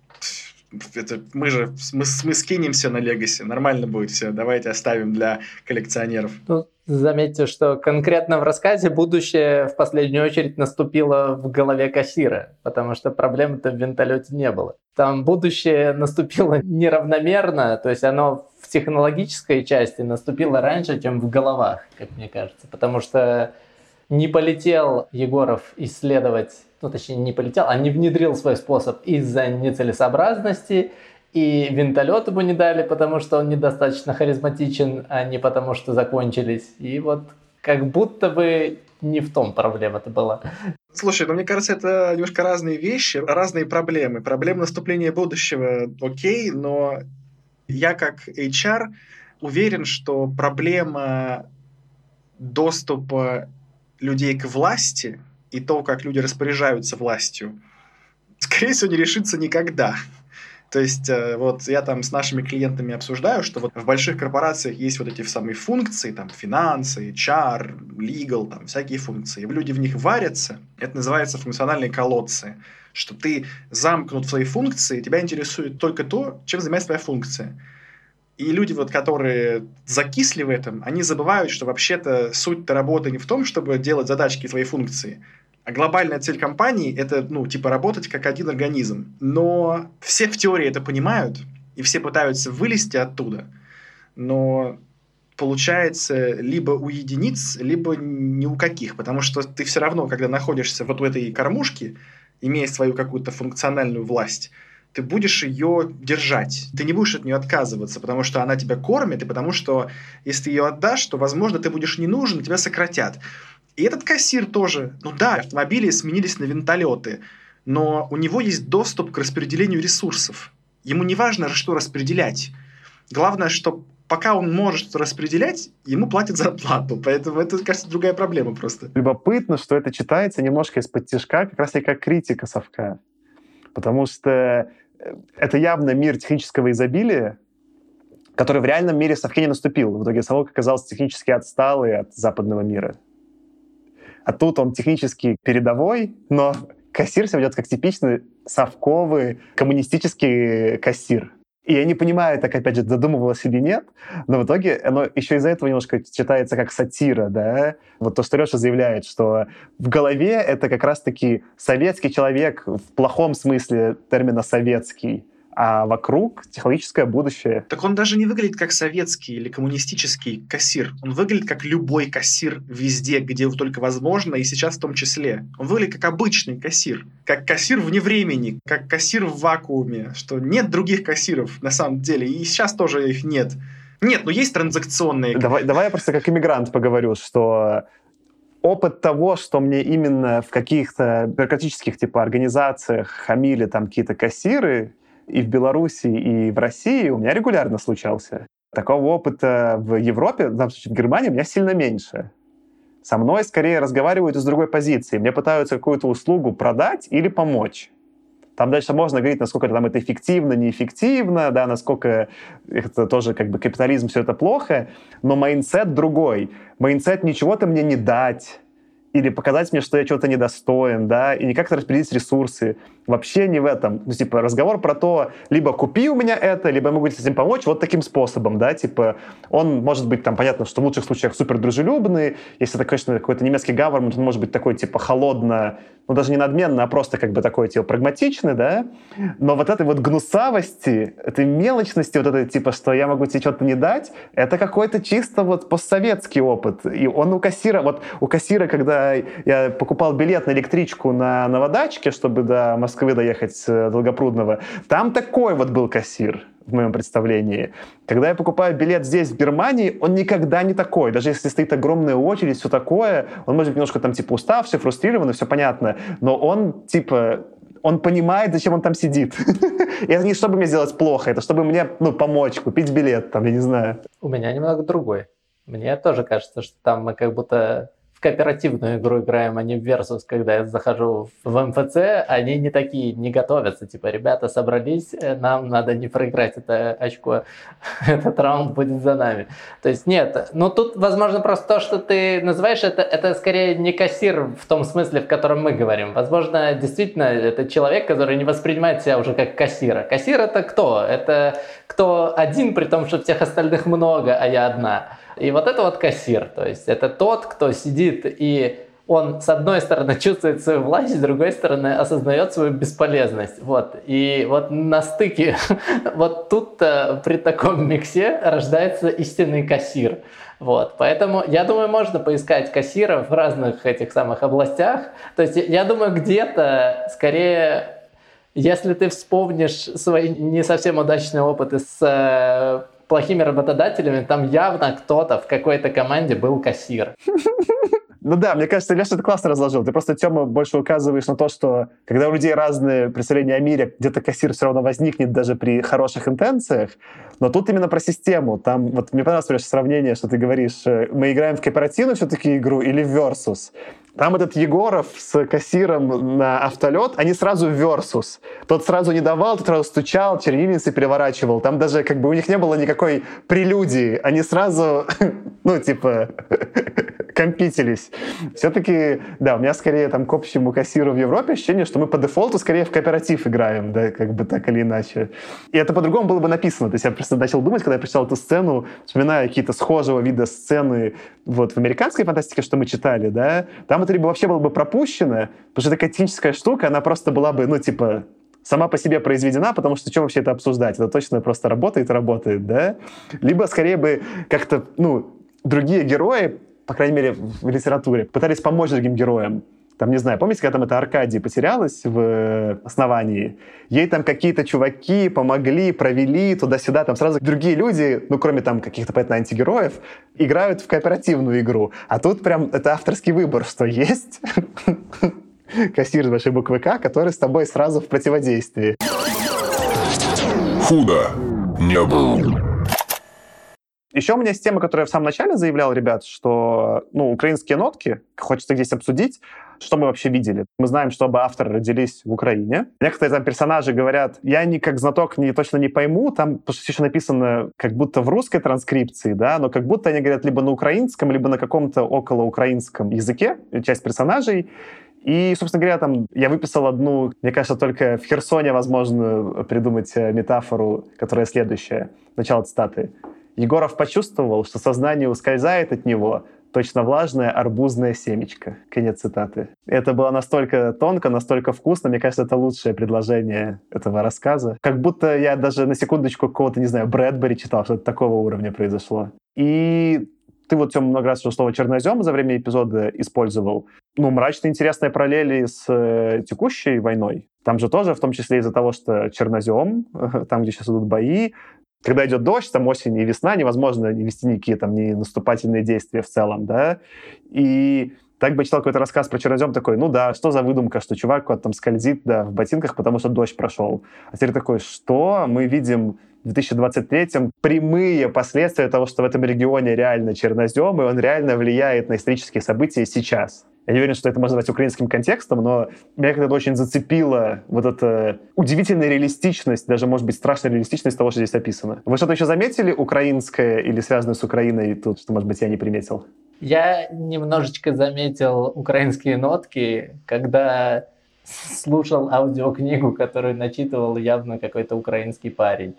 A: мы скинемся на легаси, нормально будет все, давайте оставим для коллекционеров.
B: Заметьте, что конкретно в рассказе будущее в последнюю очередь наступило в голове кассира, потому что проблем-то в винтолете не было. Там будущее наступило неравномерно, то есть оно в технологической части наступило раньше, чем в головах, как мне кажется, потому что не полетел Егоров исследовать, точнее не полетел, а не внедрил свой способ из-за нецелесообразности, и винтолет ему не дали, потому что он недостаточно харизматичен, а не потому что закончились. И вот как будто бы не в том проблема-то была.
A: Слушай, мне кажется, это немножко разные вещи, разные проблемы. Проблема наступления будущего окей, но я как HR уверен, что проблема доступа людей к власти и то, как люди распоряжаются властью, скорее всего, не решится никогда. То есть вот я там с нашими клиентами обсуждаю, что вот в больших корпорациях есть вот эти самые функции, там финансы, HR, legal, там всякие функции. И люди в них варятся. Это называется функциональные колодцы. Что ты замкнут в своей функции, тебя интересует только то, чем занимается твоя функция. И люди, вот, которые закисли в этом, они забывают, что вообще-то суть-то работы не в том, чтобы делать задачки твоей функции, а глобальная цель компании – это, работать как один организм. Но все в теории это понимают, и все пытаются вылезти оттуда. Но получается либо у единиц, либо ни у каких. Потому что ты все равно, когда находишься вот в этой кормушке, имея свою какую-то функциональную власть, ты будешь ее держать. Ты не будешь от нее отказываться, потому что она тебя кормит, и потому что если ты ее отдашь, то, возможно, ты будешь не нужен, тебя сократят. И этот кассир тоже. Ну да, автомобили сменились на винтолеты, но у него есть доступ к распределению ресурсов. Ему не важно, что распределять. Главное, что пока он может распределять, ему платят зарплату. Поэтому это, кажется, другая проблема просто.
C: Любопытно, что это читается немножко из-под тишка, как раз и как критика совка. Потому что это явно мир технического изобилия, который в реальном мире совке не наступил. В итоге совок оказался технически отсталый от западного мира. А тут он технически передовой, но кассир себя ведет как типичный совковый коммунистический кассир. И я не понимаю, так, опять же, додумывалось или нет, но в итоге оно еще из-за этого немножко читается как сатира, да? Вот то, что Леша заявляет, что в голове это как раз-таки советский человек в плохом смысле термина «советский», а вокруг технологическое будущее.
A: Так он даже не выглядит как советский или коммунистический кассир. Он выглядит как любой кассир везде, где только возможно, и сейчас в том числе. Он выглядит как обычный кассир. Как кассир вне времени, как кассир в вакууме, что нет других кассиров на самом деле, и сейчас тоже их нет. Нет, но есть транзакционные.
C: Давай я просто как иммигрант поговорю, что опыт того, что мне именно в каких-то бюрократических типа организациях хамили там какие-то кассиры, и в Беларуси, и в России у меня регулярно случался. Такого опыта в Европе, в данном случае в Германии, у меня сильно меньше. Со мной скорее разговаривают из другой позиции. Мне пытаются какую-то услугу продать или помочь. Там дальше можно говорить, насколько там это эффективно, неэффективно, да, насколько это тоже как бы капитализм, все это плохо. Но майндсет другой. Майндсет ничего-то мне не дать, или показать мне, что я чего-то недостоин, да, и не как-то распределить ресурсы. Вообще не в этом. Ну, типа, разговор про то, либо купи у меня это, либо я могу с этим помочь вот таким способом, да, типа, он может быть, там, понятно, что в лучших случаях супер дружелюбный, если это, конечно, какой-то немецкий government, он может быть такой, типа, холодно, ну, даже не надменно, а просто, как бы, такой, типа, прагматичный, да, но вот этой вот гнусавости, этой мелочности, вот этой, типа, что я могу тебе что-то не дать, это какой-то чисто вот постсоветский опыт, и он у кассира, когда я покупал билет на электричку на Новодачке, чтобы до Москвы доехать с Долгопрудного, там такой вот был кассир в моем представлении. Когда я покупаю билет здесь, в Германии, он никогда не такой. Даже если стоит огромная очередь, все такое, он может быть немножко там типа уставший, фрустрированный, все понятно, но он типа... Он понимает, зачем он там сидит. И это не чтобы мне сделать плохо, это чтобы мне, помочь, купить билет, там, я не знаю.
B: У меня немного другой. Мне тоже кажется, что там мы как будто в кооперативную игру играем, а не в Versus, когда я захожу в МФЦ, они не такие, не готовятся. Типа, ребята собрались, нам надо не проиграть это очко, этот раунд будет за нами. То есть нет, ну тут, возможно, просто то, что ты называешь, это скорее не кассир в том смысле, в котором мы говорим. Возможно, действительно, это человек, который не воспринимает себя уже как кассира. Кассир это кто? Это кто один, при том, что всех остальных много, а я одна. И вот это вот кассир, то есть это тот, кто сидит и он с одной стороны чувствует свою власть, с другой стороны осознает свою бесполезность. Вот. И вот на стыке, вот тут-то при таком миксе рождается истинный кассир. Вот. Поэтому, я думаю, можно поискать кассиров в разных этих самых областях. То есть я думаю, где-то скорее... Если ты вспомнишь свои не совсем удачные опыты с плохими работодателями, там явно кто-то в какой-то команде был кассир.
C: Ну да, мне кажется, Леша, это классно разложил. Ты просто, Тёма, больше указываешь на то, что когда у людей разные представления о мире, где-то кассир все равно возникнет даже при хороших интенциях. Но тут именно про систему. Там, вот мне понравилось сравнение, что ты говоришь, мы играем в кооперативную все-таки игру или в Versus. Там этот Егоров с кассиром на автолет, они сразу в Versus. Тот сразу не давал, тот сразу стучал, чернильницы переворачивал. Там даже как бы у них не было никакой прелюдии. Они сразу, компитились. Все-таки, да, у меня скорее там к общему кассиру в Европе ощущение, что мы по дефолту скорее в кооператив играем, да, как бы так или иначе. И это по-другому было бы написано. То есть я просто начал думать, когда я прочитал эту сцену, вспоминая какие-то схожего вида сцены вот в американской фантастике, что мы читали, да, там это либо вообще было бы пропущено, потому что такая техническая штука, она просто была бы, сама по себе произведена, потому что что вообще это обсуждать? Это точно просто работает, да? Либо скорее бы как-то, другие герои, по крайней мере, в литературе, пытались помочь другим героям. Там, не знаю, помните, когда там эта Аркадия потерялась в основании? Ей там какие-то чуваки помогли, провели туда-сюда. Там сразу другие люди, ну, кроме там каких-то, понятно, антигероев, играют в кооперативную игру. А тут прям это авторский выбор, что есть кассир с большой буквы «К», который с тобой сразу в противодействии.
D: Худо не было.
C: Еще у меня есть тема, которую я в самом начале заявлял, ребят, что украинские нотки, хочется здесь обсудить, что мы вообще видели. Мы знаем, что оба автора родились в Украине. Некоторые там персонажи говорят, я как знаток точно не пойму, там почти еще написано как будто в русской транскрипции, да, но как будто они говорят либо на украинском, либо на каком-то околоукраинском языке, часть персонажей. И, собственно говоря, там я выписал одну, мне кажется, только в Херсоне возможно придумать метафору, которая следующая. Начало цитаты. Егоров почувствовал, что сознание ускользает от него, точно влажное арбузное семечко. Конец цитаты. Это было настолько тонко, настолько вкусно. Мне кажется, это лучшее предложение этого рассказа. Как будто я даже на секундочку какого-то, не знаю, Брэдбери читал, что-то такого уровня произошло. И ты вот, Тёма, много раз уже слово «чернозем» за время эпизода использовал. Мрачно интересные параллели с текущей войной. Там же тоже, в том числе из-за того, что чернозем, там, где сейчас идут бои, когда идет дождь, там осень и весна, невозможно вести никакие там не наступательные действия в целом, да. И так бы читал какой-то рассказ про чернозем, такой, что за выдумка, что чувак вот там скользит, да, в ботинках, потому что дождь прошел. А теперь такой, что мы видим в 2023-м прямые последствия того, что в этом регионе реально чернозем, и он реально влияет на исторические события сейчас. Я не уверен, что это можно назвать украинским контекстом, но меня как-то очень зацепила вот эта удивительная реалистичность, даже, может быть, страшная реалистичность того, что здесь описано. Вы что-то еще заметили украинское или связанное с Украиной тут, что, может быть, я не приметил?
B: Я немножечко заметил украинские нотки, когда слушал аудиокнигу, которую начитывал явно какой-то украинский парень.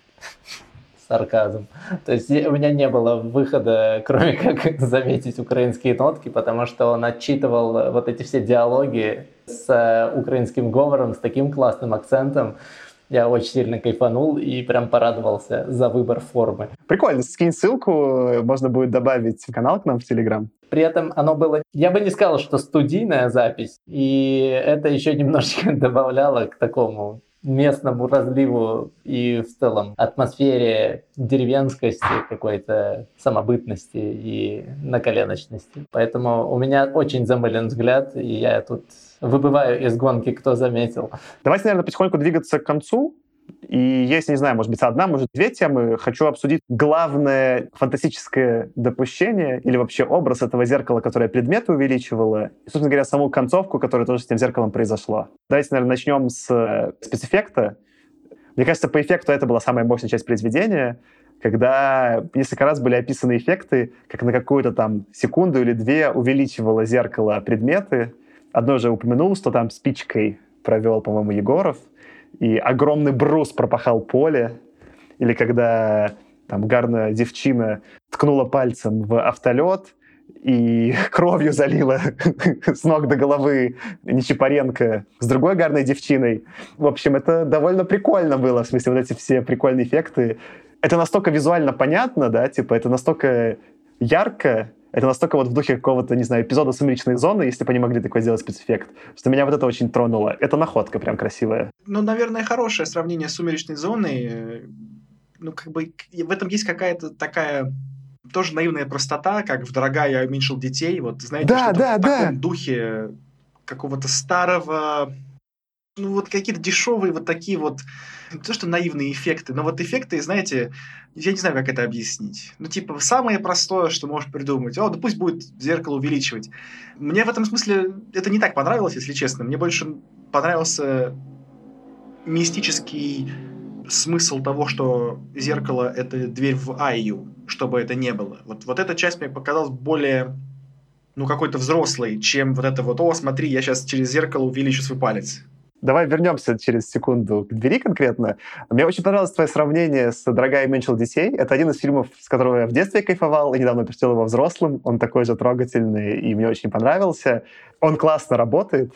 B: Сарказм. То есть у меня не было выхода, кроме как заметить украинские нотки, потому что он отчитывал вот эти все диалоги с украинским говором, с таким классным акцентом. Я очень сильно кайфанул и прям порадовался за выбор формы.
C: Прикольно. Скинь ссылку, можно будет добавить в канал к нам в Телеграм.
B: При этом оно было... Я бы не сказал, что студийная запись, и это еще немножечко добавляло к такому местному разливу и в целом атмосфере деревенскости, какой-то самобытности и наколеночности. Поэтому у меня очень замылен взгляд, и я тут выбываю из гонки, кто заметил.
C: Давайте, наверное, потихоньку двигаться к концу. И если, не знаю, может быть, одна, может, две темы, хочу обсудить главное фантастическое допущение или вообще образ этого зеркала, которое предметы увеличивало, и, собственно говоря, саму концовку, которая тоже с этим зеркалом произошла. Давайте, наверное, начнем с спецэффекта. Мне кажется, по эффекту это была самая мощная часть произведения, когда несколько раз были описаны эффекты, как на какую-то там секунду или две увеличивало зеркало предметы. Одно уже упомянул, что там спичкой провел, по-моему, Егоров, и огромный брус пропахал поле, или когда там гарная девчина ткнула пальцем в автолет и кровью залила с ног до головы Нечипаренко с другой гарной девчиной. В общем, это довольно прикольно было, в смысле, вот эти все прикольные эффекты. Это настолько визуально понятно, да, типа, это настолько ярко, это настолько вот в духе какого-то, не знаю, эпизода «Сумеречной зоны», если бы они могли такой сделать спецэффект, что меня вот это очень тронуло. Это находка прям красивая.
A: Наверное, хорошее сравнение с «Сумеречной зоной». В этом есть какая-то такая тоже наивная простота, как в «Дорогая, я уменьшил детей». Вот, знаете,
C: да,
A: что-то в таком
C: да.
A: духе какого-то старого... какие-то дешевые вот такие вот, не то что наивные эффекты, но вот эффекты, знаете, я не знаю, как это объяснить. Самое простое, что можешь придумать. Да пусть будет зеркало увеличивать. Мне в этом смысле это не так понравилось, если честно. Мне больше понравился мистический смысл того, что зеркало — это дверь в Айю, чтобы это не было. Вот эта часть мне показалась более... какой-то взрослый, чем вот это вот, смотри, я сейчас через зеркало увеличу свой палец.
C: Давай вернемся через секунду к двери конкретно. Мне очень понравилось твое сравнение с «Дорогая, я уменьшил детей». Это один из фильмов, с которого я в детстве кайфовал, и недавно посмотрел его взрослым. Он такой же трогательный, и мне очень понравился. Он классно работает.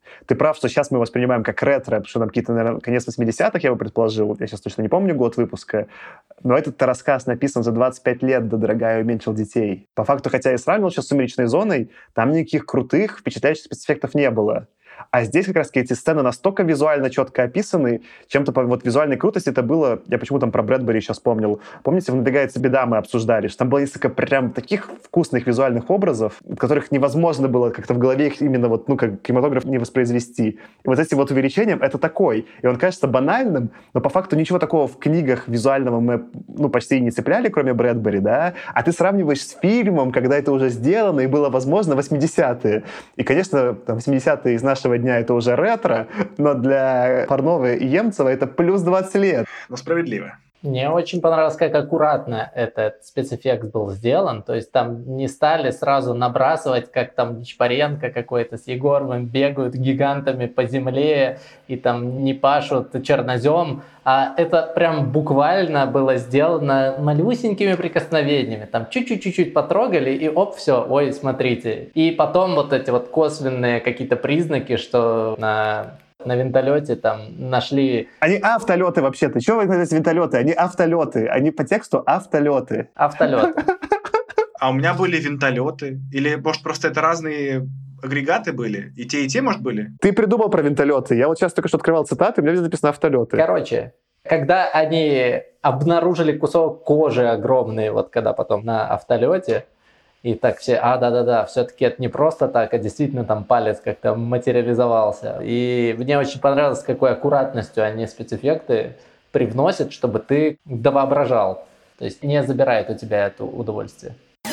C: Ты прав, что сейчас мы воспринимаем как ретро, потому что там какие-то, наверное, конец 80-х, я бы предположил. Я сейчас точно не помню год выпуска. Но этот рассказ написан за 25 лет до «Дорогая, уменьшил детей». По факту, хотя я сравнивал сейчас с «Сумеречной зоной», там никаких крутых, впечатляющих спецэффектов не было. А здесь как раз эти сцены настолько визуально четко описаны, чем-то по вот визуальной крутости это было... Я почему там про Брэдбери еще вспомнил. Помните, в «Надвигается беда» мы обсуждали, что там было несколько прям таких вкусных визуальных образов, которых невозможно было как-то в голове их именно вот, ну, как кинематограф не воспроизвести. И вот этим вот увеличением это такой. И он кажется банальным, но по факту ничего такого в книгах визуального мы, ну, почти и не цепляли, кроме Брэдбери, да? А ты сравниваешь с фильмом, когда это уже сделано и было возможно 80-е. И, конечно, там, 80-е из нашего дня это уже ретро, но для Парнова и Емцева это плюс 20 лет.
A: Но справедливо.
B: Мне очень понравилось, как аккуратно этот спецэффект был сделан. То есть там не стали сразу набрасывать, как там Нечапаренко какой-то с Егоровым бегают гигантами по земле и там не пашут чернозем. А это прям буквально было сделано малюсенькими прикосновениями. Там чуть-чуть потрогали и оп, все, ой, смотрите. И потом вот эти вот косвенные какие-то признаки, что на винтолете там нашли...
C: Они автолеты вообще-то. Чего вы называете винтолеты? Они автолеты. Они по тексту автолеты.
B: Автолеты.
A: А у меня были винтолеты. Или, может, просто это разные агрегаты были? И те, может, были?
C: Ты придумал про винтолеты. Я вот сейчас только что открывал цитаты, у меня здесь написано автолеты.
B: Короче, когда они обнаружили кусок кожи огромный, вот когда потом на автолете, и так все, да, все-таки это не просто так, а действительно там палец как-то материализовался. И мне очень понравилось, с какой аккуратностью они спецэффекты привносят, чтобы ты довоображал. То есть не забирает у тебя это удовольствие.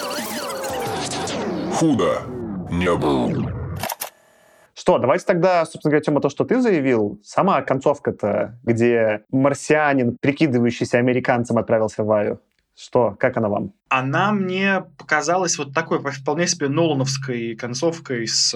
D: Худо не было.
C: Что, давайте тогда, собственно говоря, Тёма, то, что ты заявил, сама концовка-то, где марсианин, прикидывающийся американцем, отправился в Ваю. Что, как она вам?
A: Она мне показалась вот такой вполне себе нолановской концовкой с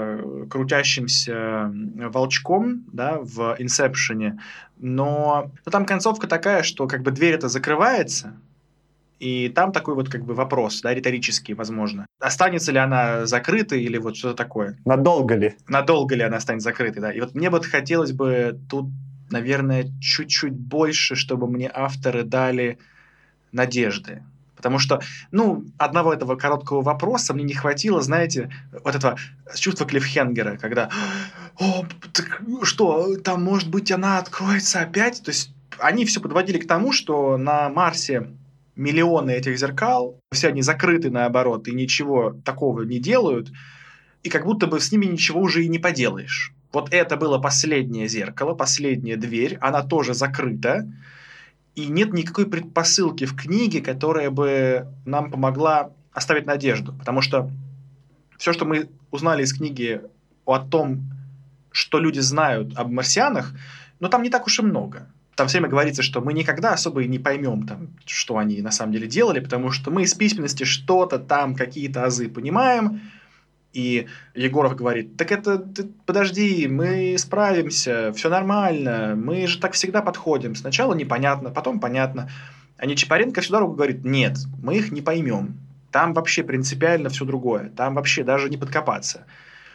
A: крутящимся волчком, да, в «Инсепшене». Но там концовка такая, что как бы дверь-то закрывается, и там такой вот как бы вопрос, да, риторический, возможно. Останется ли она закрытой или вот что-то такое?
C: Надолго ли?
A: Надолго ли она останется закрытой, да. И вот мне вот хотелось бы тут, наверное, чуть-чуть больше, чтобы мне авторы дали надежды. Потому что, одного этого короткого вопроса мне не хватило, знаете, вот этого чувства клиффхенгера, когда так что, там, может быть, она откроется опять? То есть они все подводили к тому, что на Марсе миллионы этих зеркал, все они закрыты наоборот, и ничего такого не делают, и как будто бы с ними ничего уже и не поделаешь. Вот это было последнее зеркало, последняя дверь, она тоже закрыта, и нет никакой предпосылки в книге, которая бы нам помогла оставить надежду. Потому что все, что мы узнали из книги о том, что люди знают об марсианах, там не так уж и много. Там все время говорится, что мы никогда особо и не поймем, там, что они на самом деле делали, потому что мы из письменности что-то там, какие-то азы понимаем. И Егоров говорит, так это, подожди, мы справимся, все нормально, мы же так всегда подходим. Сначала непонятно, потом понятно. А Нечапаренко всю дорогу говорит, нет, мы их не поймем. Там вообще принципиально все другое, там вообще даже не подкопаться.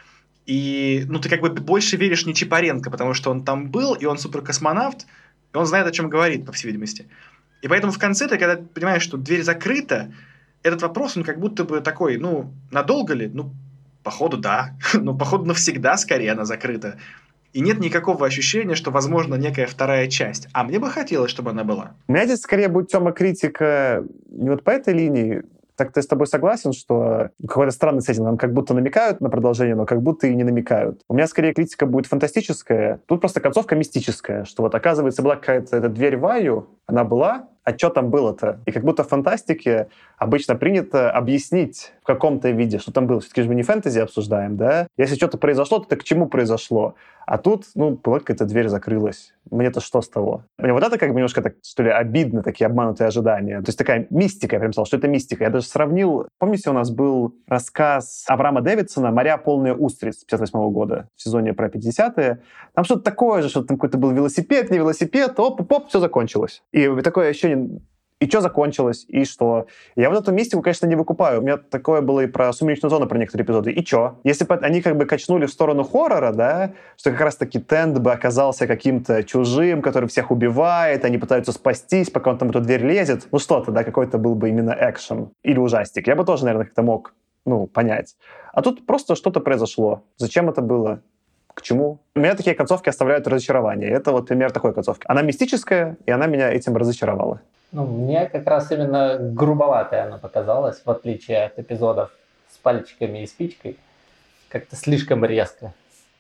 A: И ты как бы больше веришь Нечапаренко, потому что он там был, и он суперкосмонавт, и он знает, о чем говорит, по всей видимости. И поэтому в конце ты, когда понимаешь, что дверь закрыта, этот вопрос, он как будто бы такой, надолго ли? Походу, да. Походу, навсегда скорее она закрыта. И нет никакого ощущения, что, возможно, некая вторая часть. А мне бы хотелось, чтобы она была.
C: У меня здесь скорее будет, Тёма, критика не вот по этой линии. Так-то я с тобой согласен, что какой-то странный сеттинг. Нам как будто намекают на продолжение, но как будто и не намекают. У меня скорее критика будет фантастическая. Тут просто концовка мистическая, что вот оказывается была какая-то эта дверь в Ваю, она была, а что там было-то? И как будто в фантастике обычно принято объяснить в каком-то виде, что там было. Все-таки же мы не фэнтези обсуждаем, да? Если что-то произошло, то к чему произошло? А тут, была какая-то дверь закрылась. Мне-то что с того? Мне вот это как бы немножко так, что ли, обидно, такие обманутые ожидания. То есть такая мистика, я прям сказал, что это мистика. Я даже сравнил, помните, у нас был рассказ Авраама Дэвидсона «Моря, полные устриц» 58 года, в сезоне про 50-е. Там что-то такое же, что там какой-то был велосипед, не велосипед, оп-оп, все закончилось. И такое ощущение, И что закончилось? И что? Я вот эту мистику, конечно, не выкупаю. У меня такое было и про «Сумеречную зону», про некоторые эпизоды. И что? Если бы они как бы качнули в сторону хоррора, да, что как раз-таки Тент бы оказался каким-то чужим, который всех убивает, они пытаются спастись, пока он там в эту дверь лезет. Ну что-то, да, какой-то был бы именно экшен. Или ужастик. Я бы тоже, наверное, как-то мог, понять. А тут просто что-то произошло. Зачем это было? К чему? У меня такие концовки оставляют разочарование. Это вот пример такой концовки. Она мистическая, и она меня этим разочаровала.
B: Мне как раз именно грубоватая она показалась, в отличие от эпизодов с пальчиками и спичкой. Как-то слишком резко.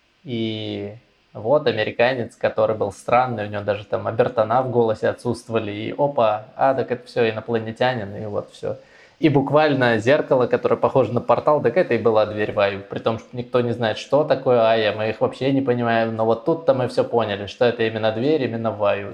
B: И вот американец, который был странный, у него даже там обертона в голосе отсутствовали, и опа, так это все инопланетянин, и вот все. И буквально зеркало, которое похоже на портал, так это и была дверь в Аю. При том, что никто не знает, что такое Ая, мы их вообще не понимаем. Но вот тут-то мы все поняли, что это именно дверь, именно в Аю.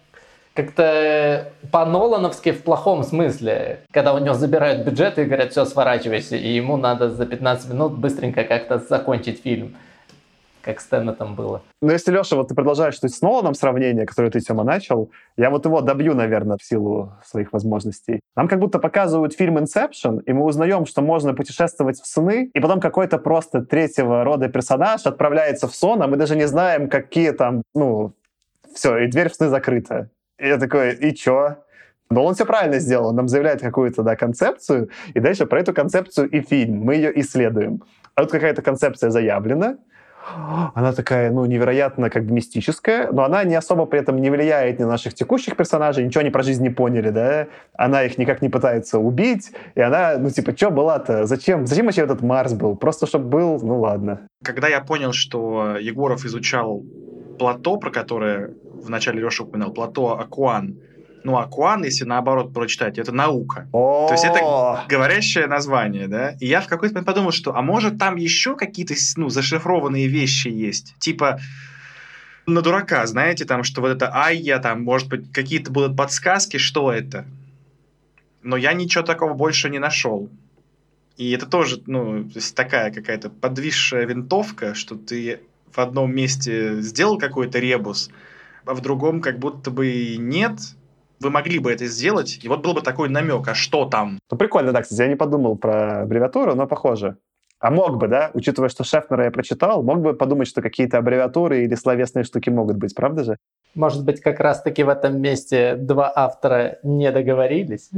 B: Как-то по-нолановски в плохом смысле. Когда у него забирают бюджет и говорят, все, сворачивайся. И ему надо за 15 минут быстренько как-то закончить фильм. Как с Теннетом было.
C: Если, Леша, вот ты продолжаешь с Ноланом сравнение, которое ты, Тёма, начал, я вот его добью, наверное, в силу своих возможностей. Нам как будто показывают фильм «Инсепшн», и мы узнаем, что можно путешествовать в сны, и потом какой-то просто третьего рода персонаж отправляется в сон, а мы даже не знаем, какие там, все, и дверь в сны закрыта. И я такой, и чё? Но он все правильно сделал, он нам заявляет какую-то, концепцию, и дальше про эту концепцию и фильм, мы ее исследуем. А тут какая-то концепция заявлена, она такая, невероятно как бы мистическая, но она не особо при этом не влияет ни на наших текущих персонажей, ничего они про жизнь не поняли, да? Она их никак не пытается убить, и она, что была-то? Зачем вообще этот Марс был? Просто чтобы был, ладно.
A: Когда я понял, что Егоров изучал плато, про которое вначале Леша упоминал, плато Акуан. Акуан, если наоборот прочитать, это наука. То есть это говорящее название, да? И я в какой-то момент подумал, что, а может там еще какие-то, зашифрованные вещи есть? Типа на дурака, знаете, там, что вот это Айя, там, может быть, какие-то будут подсказки, что это. Но я ничего такого больше не нашел. И это тоже, то есть такая какая-то подвисшая винтовка, что ты в одном месте сделал какой-то ребус, а в другом как будто бы и нет. Вы могли бы это сделать, и вот был бы такой намек, а что там?
C: Прикольно, да, кстати, я не подумал про аббревиатуру, но похоже. А мог бы, да, учитывая, что Шефнера я прочитал, мог бы подумать, что какие-то аббревиатуры или словесные штуки могут быть, правда же?
B: Может быть, как раз-таки в этом месте два автора не договорились,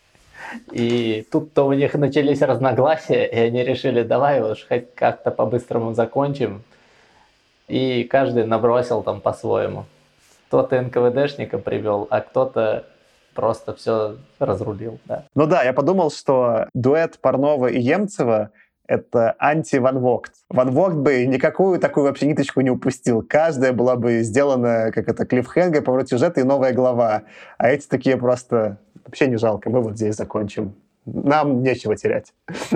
B: и тут-то у них начались разногласия, и они решили, давай уж хоть как-то по-быстрому закончим, и каждый набросил там по-своему. Кто-то НКВДшника привел, а кто-то просто все разрулил, да.
C: Я подумал, что дуэт Парнова и Емцева — это анти-Ван Вогт. Ван Вогт бы никакую такую вообще ниточку не упустил. Каждая была бы сделана, как это, клиффхенгер, поворот сюжета и новая глава. А эти такие просто вообще не жалко, мы вот здесь закончим. Нам нечего терять.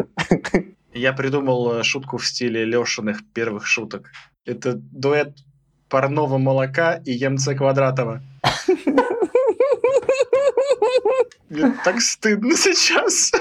A: Я придумал шутку в стиле Лешиных первых шуток. Это дуэт Парного молока и ЕМЦ Квадратова. Мне так стыдно сейчас.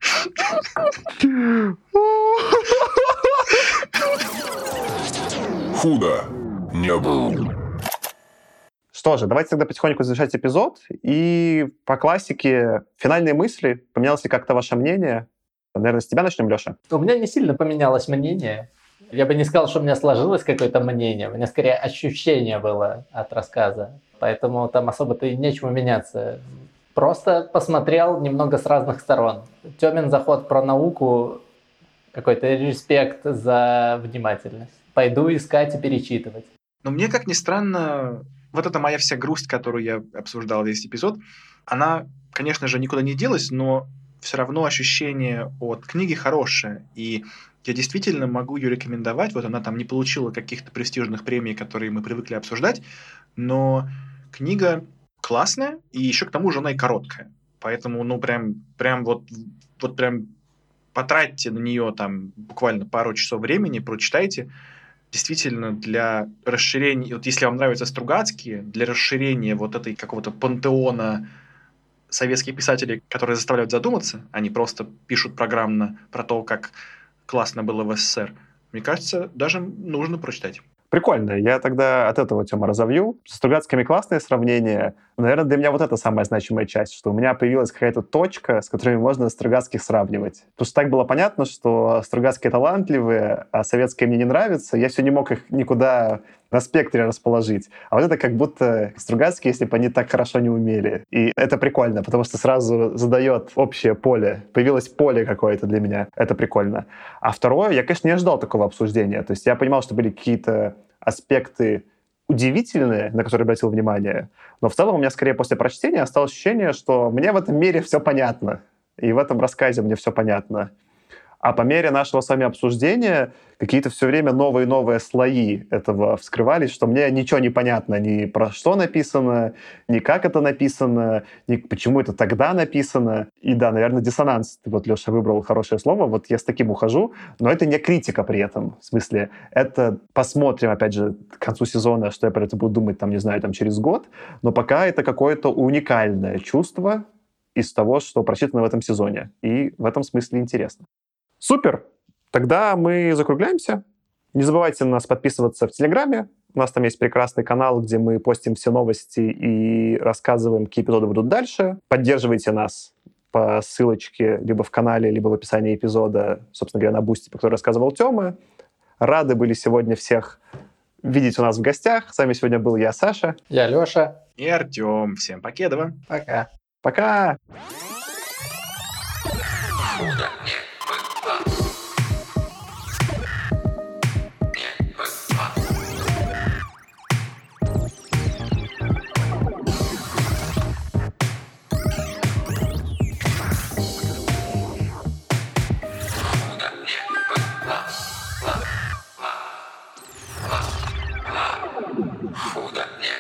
D: Худо не было.
C: Что же, давайте тогда потихоньку завершать эпизод. И по классике финальные мысли. Поменялось ли как-то ваше мнение? Наверное, с тебя начнем, Леша.
B: У меня не сильно поменялось мнение. Я бы не сказал, что у меня сложилось какое-то мнение. У меня скорее ощущение было от рассказа. Поэтому там особо-то и нечему меняться. Просто посмотрел немного с разных сторон. Тёмин заход про науку, какой-то респект за внимательность. Пойду искать и перечитывать.
A: Но мне, как ни странно, вот эта моя вся грусть, которую я обсуждал весь эпизод, она, конечно же, никуда не делась, но все равно ощущение от книги хорошее. И я действительно могу ее рекомендовать. Вот она там не получила каких-то престижных премий, которые мы привыкли обсуждать, но книга классная, и еще к тому же она и короткая. Поэтому, прям потратьте на нее там буквально пару часов времени, прочитайте. Действительно, для расширения, вот если вам нравятся Стругацкие, для расширения вот этой какого-то пантеона советских писателей, которые заставляют задуматься, они просто пишут программно про то, как классно было в СССР, мне кажется, даже нужно прочитать.
C: Прикольно. Я тогда от этого тему разовью. С Стругацкими классные сравнения. Наверное, для меня вот это самая значимая часть, что у меня появилась какая-то точка, с которой можно Стругацких сравнивать. Потому что так было понятно, что Стругацкие талантливые, а советские мне не нравятся. Я все не мог их никуда на спектре расположить. А вот это как будто Стругацкие, если бы они так хорошо не умели. И это прикольно, потому что сразу задает общее поле. Появилось поле какое-то для меня. Это прикольно. А второе, я, конечно, не ожидал такого обсуждения. То есть я понимал, что были какие-то аспекты удивительные, на которые обратил внимание. Но в целом у меня скорее после прочтения осталось ощущение, что мне в этом мире все понятно. И в этом рассказе мне все понятно. А по мере нашего с вами обсуждения какие-то все время новые и новые слои этого вскрывались, что мне ничего не понятно ни про что написано, ни как это написано, ни почему это тогда написано. И да, наверное, диссонанс. Вот Леша выбрал хорошее слово. Вот я с таким ухожу, но это не критика при этом. В смысле, это посмотрим, опять же, к концу сезона, что я про это буду думать, там, не знаю, там, через год. Но пока это какое-то уникальное чувство из того, что прочитано в этом сезоне. И в этом смысле интересно. Супер! Тогда мы закругляемся. Не забывайте на нас подписываться в Телеграме. У нас там есть прекрасный канал, где мы постим все новости и рассказываем, какие эпизоды будут дальше. Поддерживайте нас по ссылочке либо в канале, либо в описании эпизода, собственно говоря, на Бусти, про который рассказывал Тёма. Рады были сегодня всех видеть у нас в гостях. С вами сегодня был я, Саша.
B: Я Леша.
A: И Артем. Всем покедова.
B: Пока.
C: Пока!
D: Худо не